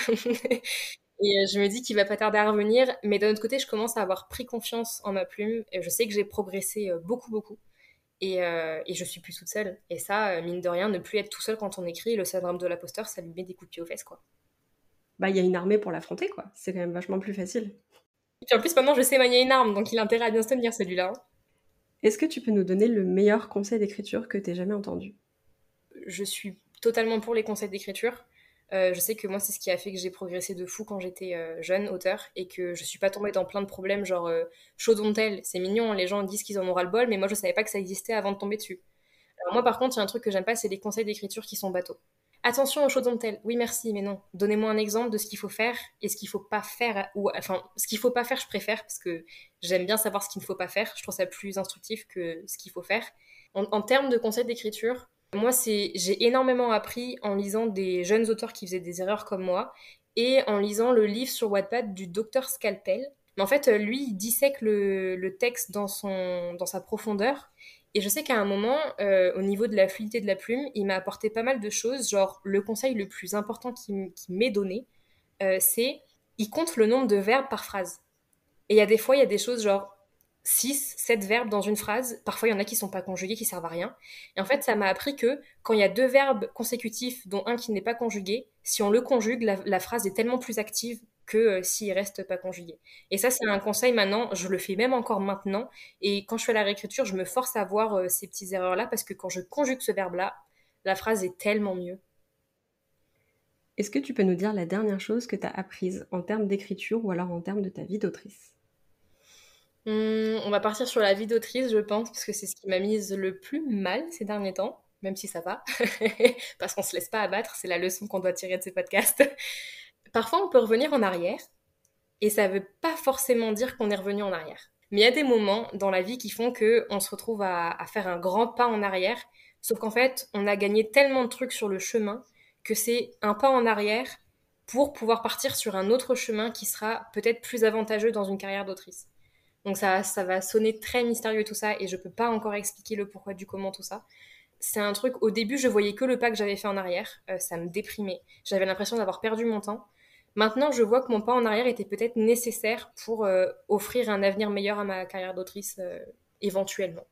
Et je me dis qu'il va pas tarder à revenir. Mais d'un autre côté, je commence à avoir pris confiance en ma plume. Et je sais que j'ai progressé beaucoup, beaucoup. Et je suis plus toute seule. Et ça, mine de rien, ne plus être tout seul quand on écrit, le syndrome de l'imposteur, ça lui met des coups de pied aux fesses, quoi. Bah, il y a une armée pour l'affronter, quoi. C'est quand même vachement plus facile. Et puis en plus, maintenant, je sais manier une arme, donc il a intérêt à bien se tenir, celui-là, hein. Est-ce que tu peux nous donner le meilleur conseil d'écriture que t'aies jamais entendu? Je suis totalement pour les conseils d'écriture. Je sais que moi, c'est ce qui a fait que j'ai progressé de fou quand j'étais jeune auteur et que je suis pas tombée dans plein de problèmes, genre show don't tell, c'est mignon, les gens disent qu'ils en ont ras-le-bol, mais moi, je savais pas que ça existait avant de tomber dessus. Alors moi, par contre, il y a un truc que j'aime pas, c'est les conseils d'écriture qui sont bateaux. Attention au show don't tell. Oui, merci, mais non. Donnez-moi un exemple de ce qu'il faut faire et ce qu'il faut pas faire. Ou enfin, ce qu'il faut pas faire, je préfère parce que j'aime bien savoir ce qu'il ne faut pas faire. Je trouve ça plus instructif que ce qu'il faut faire. En termes de conseils d'écriture, moi, j'ai énormément appris en lisant des jeunes auteurs qui faisaient des erreurs comme moi et en lisant le livre sur Wattpad du docteur Scalpel. Mais en fait, lui, il dissèque le texte dans sa profondeur. Et je sais qu'à un moment, au niveau de la fluidité de la plume, il m'a apporté pas mal de choses. Genre, le conseil le plus important qui m'est donné, c'est il compte le nombre de verbes par phrase. Et il y a des fois, il y a des choses genre 6, 7 verbes dans une phrase. Parfois, il y en a qui sont pas conjugués, qui servent à rien. Et en fait, ça m'a appris que quand il y a deux verbes consécutifs, dont un qui n'est pas conjugué, si on le conjugue, la phrase est tellement plus active que s'il reste pas conjugué. Et ça, c'est un conseil maintenant, je le fais même encore maintenant. Et quand je fais la réécriture, je me force à voir ces petites erreurs-là parce que quand je conjugue ce verbe-là, la phrase est tellement mieux. Est-ce que tu peux nous dire la dernière chose que t'as apprise en termes d'écriture ou alors en termes de ta vie d'autrice? On va partir sur la vie d'autrice, je pense, parce que c'est ce qui m'a mise le plus mal ces derniers temps, même si ça va, parce qu'on se laisse pas abattre, c'est la leçon qu'on doit tirer de ces podcasts. Parfois, on peut revenir en arrière, et ça veut pas forcément dire qu'on est revenu en arrière. Mais il y a des moments dans la vie qui font que on se retrouve à faire un grand pas en arrière, sauf qu'en fait, on a gagné tellement de trucs sur le chemin que c'est un pas en arrière pour pouvoir partir sur un autre chemin qui sera peut-être plus avantageux dans une carrière d'autrice. Donc ça va sonner très mystérieux tout ça et je peux pas encore expliquer le pourquoi du comment tout ça. C'est un truc, au début je voyais que le pas que j'avais fait en arrière, ça me déprimait. J'avais l'impression d'avoir perdu mon temps. Maintenant je vois que mon pas en arrière était peut-être nécessaire pour offrir un avenir meilleur à ma carrière d'autrice éventuellement.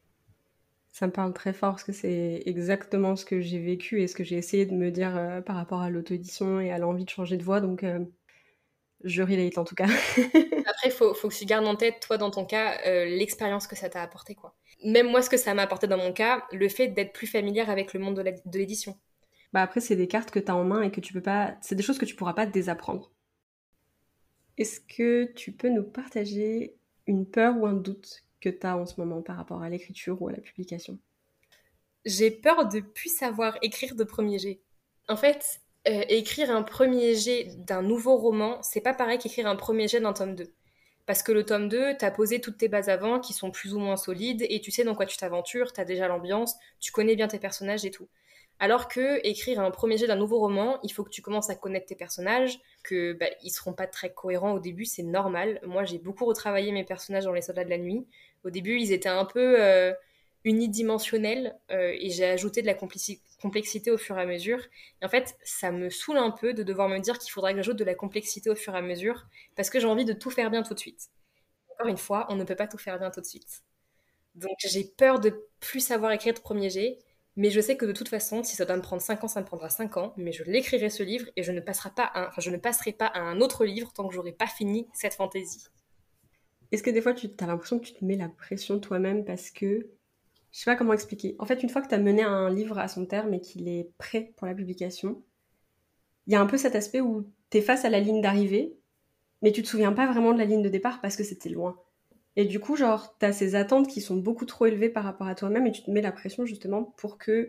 Ça me parle très fort parce que c'est exactement ce que j'ai vécu et ce que j'ai essayé de me dire par rapport à l'auto-édition et à l'envie de changer de voix. Donc, je relate en tout cas. Après, faut que tu gardes en tête, toi, dans ton cas, l'expérience que ça t'a apporté, quoi. Même moi, ce que ça m'a apporté dans mon cas, le fait d'être plus familière avec le monde de l'édition. Bah après, c'est des cartes que tu as en main et que tu peux pas. C'est des choses que tu pourras pas désapprendre. Est-ce que tu peux nous partager une peur ou un doute que tu as en ce moment par rapport à l'écriture ou à la publication? J'ai peur de plus savoir écrire de premier jet. En fait, écrire un premier jet d'un nouveau roman, c'est pas pareil qu'écrire un premier jet d'un tome 2. Parce que le tome 2, t'as posé toutes tes bases avant, qui sont plus ou moins solides, et tu sais dans quoi tu t'aventures, t'as déjà l'ambiance, tu connais bien tes personnages et tout. Alors que écrire un premier jet d'un nouveau roman, il faut que tu commences à connaître tes personnages, que bah, ils seront pas très cohérents au début, c'est normal. Moi, j'ai beaucoup retravaillé mes personnages dans Les Soldats de la Nuit. Au début, ils étaient un peu unidimensionnels et j'ai ajouté de la complexité au fur et à mesure. Et en fait, ça me saoule un peu de devoir me dire qu'il faudra que j'ajoute de la complexité au fur et à mesure parce que j'ai envie de tout faire bien tout de suite. Encore une fois, on ne peut pas tout faire bien tout de suite. Donc j'ai peur de plus savoir écrire de premier jet, mais je sais que de toute façon, si ça doit me prendre 5 ans, ça me prendra 5 ans, mais je l'écrirai ce livre et je ne passerai pas à un autre livre tant que j'aurai pas fini cette fantaisie. Est-ce que des fois, tu as l'impression que tu te mets la pression toi-même parce que je sais pas comment expliquer. En fait, une fois que tu as mené un livre à son terme et qu'il est prêt pour la publication, il y a un peu cet aspect où tu es face à la ligne d'arrivée, mais tu te souviens pas vraiment de la ligne de départ parce que c'était loin. Et du coup, genre, tu as ces attentes qui sont beaucoup trop élevées par rapport à toi-même et tu te mets la pression justement pour que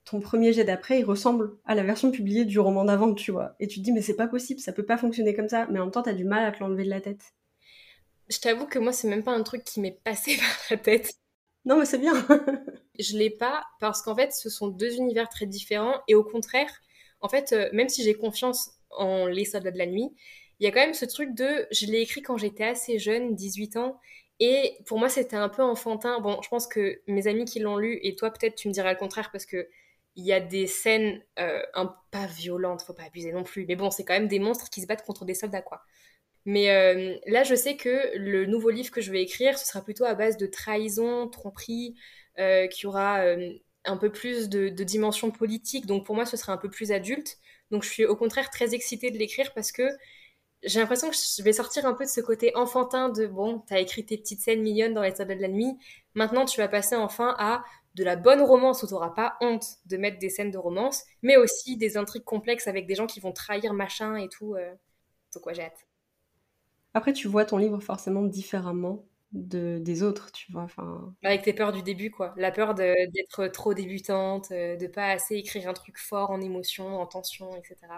ton premier jet d'après, il ressemble à la version publiée du roman d'avant, tu vois. Et tu te dis, mais c'est pas possible, ça peut pas fonctionner comme ça. Mais en même temps, t'as du mal à te l'enlever de la tête. Je t'avoue que moi, c'est même pas un truc qui m'est passé par la tête. Non, mais c'est bien. Je l'ai pas parce qu'en fait, ce sont deux univers très différents et au contraire, en fait, même si j'ai confiance en Les Soldats de la Nuit, il y a quand même ce truc de je l'ai écrit quand j'étais assez jeune, 18 ans, et pour moi, c'était un peu enfantin. Bon, je pense que mes amis qui l'ont lu et toi, peut-être, tu me diras le contraire parce que il y a des scènes pas violentes, faut pas abuser non plus, mais bon, c'est quand même des monstres qui se battent contre des soldats, quoi. Mais là, je sais que le nouveau livre que je vais écrire, ce sera plutôt à base de trahison, tromperie, qui aura un peu plus de dimension politique. Donc pour moi, ce sera un peu plus adulte. Donc je suis au contraire très excitée de l'écrire parce que j'ai l'impression que je vais sortir un peu de ce côté enfantin de bon, t'as écrit tes petites scènes mignonnes dans les soldats de la nuit. Maintenant, tu vas passer enfin à de la bonne romance où t'auras pas honte de mettre des scènes de romance, mais aussi des intrigues complexes avec des gens qui vont trahir machin et tout. Donc ouais, j'ai hâte. Après, tu vois ton livre forcément différemment des autres, tu vois. Enfin, Avec tes peurs du début, quoi. La peur d'être trop débutante, de pas assez écrire un truc fort en émotion, en tension, etc.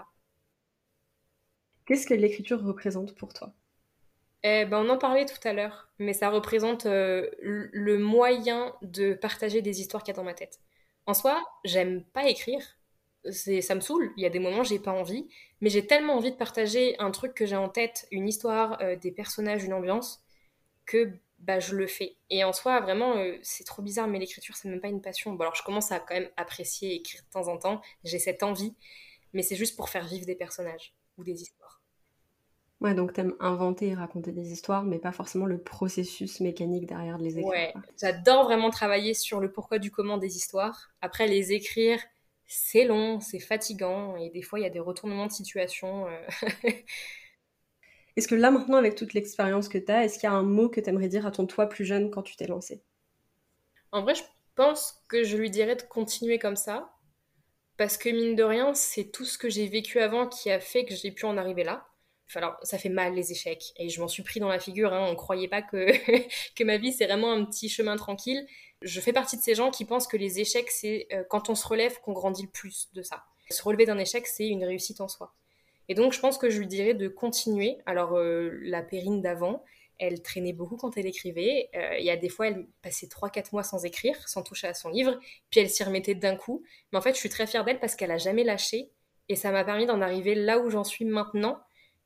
qu'est-ce que l'écriture représente pour toi? Eh ben, on en parlait tout à l'heure, mais ça représente le moyen de partager des histoires qu'il y a dans ma tête. En soi, j'aime pas écrire, ça me saoule, il y a des moments j'ai pas envie, mais j'ai tellement envie de partager un truc que j'ai en tête, une histoire, des personnages, une ambiance, que bah, je le fais. Et en soi, vraiment, c'est trop bizarre, mais l'écriture, c'est même pas une passion. Bon, alors je commence à quand même apprécier écrire de temps en temps, j'ai cette envie, mais c'est juste pour faire vivre des personnages ou des histoires. Ouais, donc t'aimes inventer et raconter des histoires, mais pas forcément le processus mécanique derrière de les écrire, Ouais, quoi. j'adore vraiment travailler sur le pourquoi du comment des histoires. Après, les écrire, c'est long, c'est fatigant, et des fois, il y a des retournements de situation. Est-ce que là, maintenant, avec toute l'expérience que t'as, est-ce qu'il y a un mot que t'aimerais dire à ton toi plus jeune quand tu t'es lancé? En vrai, je pense que je lui dirais de continuer comme ça, parce que mine de rien, c'est tout ce que j'ai vécu avant qui a fait que j'ai pu en arriver là. Enfin, alors, ça fait mal les échecs, et je m'en suis pris dans la figure, hein. On croyait pas que, que ma vie c'est vraiment un petit chemin tranquille. Je fais partie de ces gens qui pensent que les échecs, c'est quand on se relève qu'on grandit le plus de ça. Se relever d'un échec, c'est une réussite en soi. Et donc, je pense que je lui dirais de continuer. Alors, la Périne d'avant, elle traînait beaucoup quand elle écrivait. Il y a des fois, elle passait 3 4 mois sans écrire, sans toucher à son livre, puis elle s'y remettait d'un coup. Mais en fait, je suis très fière d'elle parce qu'elle a jamais lâché. Et ça m'a permis d'en arriver là où j'en suis maintenant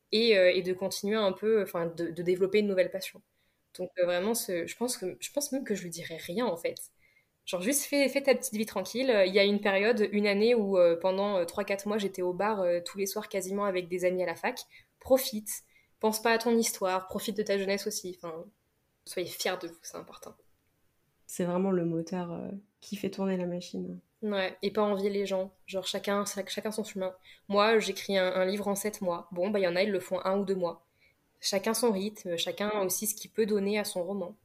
et de continuer un peu, enfin, de développer une nouvelle passion. Donc, vraiment, je pense même que je lui dirais rien en fait. Genre juste fais ta petite vie tranquille. Il y a une période, une année où pendant 3 4 mois j'étais au bar tous les soirs quasiment avec des amis à la fac. Profite, pense pas à ton histoire, profite de ta jeunesse aussi. Enfin, soyez fiers de vous, c'est important. C'est vraiment le moteur qui fait tourner la machine. Ouais, et pas envier les gens. Genre chacun son chemin. Moi, j'écris un livre en 7 mois. Bon, bah il y en a, ils le font 1 ou 2 mois. Chacun son rythme, chacun aussi ce qu'il peut donner à son roman.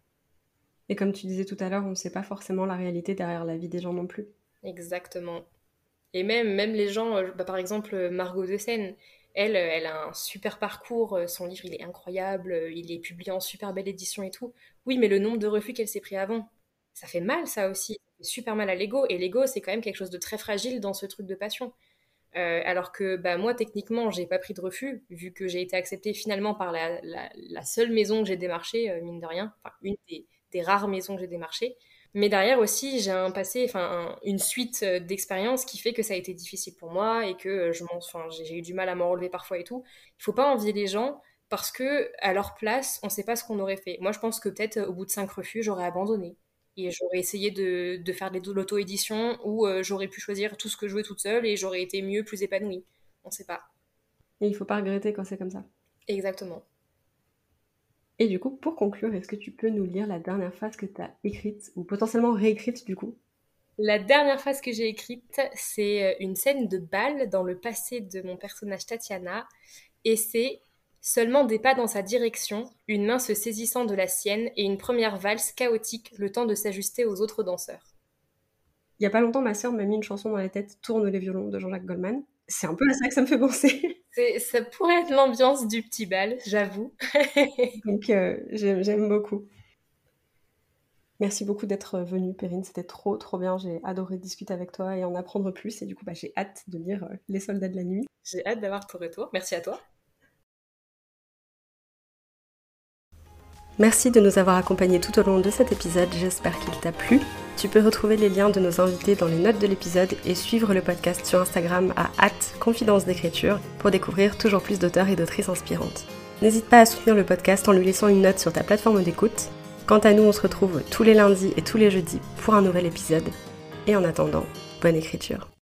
Et comme tu disais tout à l'heure, on ne sait pas forcément la réalité derrière la vie des gens non plus. Exactement. Et même les gens, bah, par exemple, Margot de Seine, elle a un super parcours, son livre il est incroyable, il est publié en super belle édition et tout. Oui, mais le nombre de refus qu'elle s'est pris avant, ça fait mal ça aussi, ça fait super mal à l'ego. Et l'ego, c'est quand même quelque chose de très fragile dans ce truc de passion. Alors que bah, moi, techniquement, j'ai pas pris de refus, vu que j'ai été acceptée finalement par la seule maison que j'ai démarchée, mine de rien, enfin une des rares maisons que j'ai démarchées. Mais derrière aussi, j'ai un passé, enfin une suite d'expériences qui fait que ça a été difficile pour moi et que enfin, j'ai eu du mal à m'en relever parfois et tout. Il faut pas envier les gens parce que à leur place, on sait pas ce qu'on aurait fait. Moi, je pense que peut-être au bout de 5 refus, j'aurais abandonné. Et j'aurais essayé de faire de l'auto-édition où j'aurais pu choisir tout ce que je veux toute seule et j'aurais été mieux, plus épanouie. On sait pas. Et il faut pas regretter quand c'est comme ça. Exactement. Et du coup, pour conclure, est-ce que tu peux nous lire la dernière phrase que tu as écrite, ou potentiellement réécrite du coup? La dernière phrase que j'ai écrite, c'est une scène de bal dans le passé de mon personnage Tatiana. Et c'est seulement des pas dans sa direction, une main se saisissant de la sienne et une première valse chaotique, le temps de s'ajuster aux autres danseurs. Il y a pas longtemps, ma sœur m'a mis une chanson dans la tête, Tourne les violons de Jean-Jacques Goldman. C'est un peu à ça que ça me fait penser. Ça pourrait être l'ambiance du petit bal, j'avoue. Donc j'aime beaucoup. Merci beaucoup d'être venue, Perrine. C'était trop bien. J'ai adoré discuter avec toi et en apprendre plus. Et du coup, j'ai hâte de lire Les Soldats de la Nuit. J'ai hâte d'avoir ton retour. Merci à toi. Merci de nous avoir accompagnés tout au long de cet épisode, j'espère qu'il t'a plu. Tu peux retrouver les liens de nos invités dans les notes de l'épisode et suivre le podcast sur Instagram à @confidence d'écriture pour découvrir toujours plus d'auteurs et d'autrices inspirantes. N'hésite pas à soutenir le podcast en lui laissant une note sur ta plateforme d'écoute. Quant à nous, on se retrouve tous les lundis et tous les jeudis pour un nouvel épisode. Et en attendant, bonne écriture.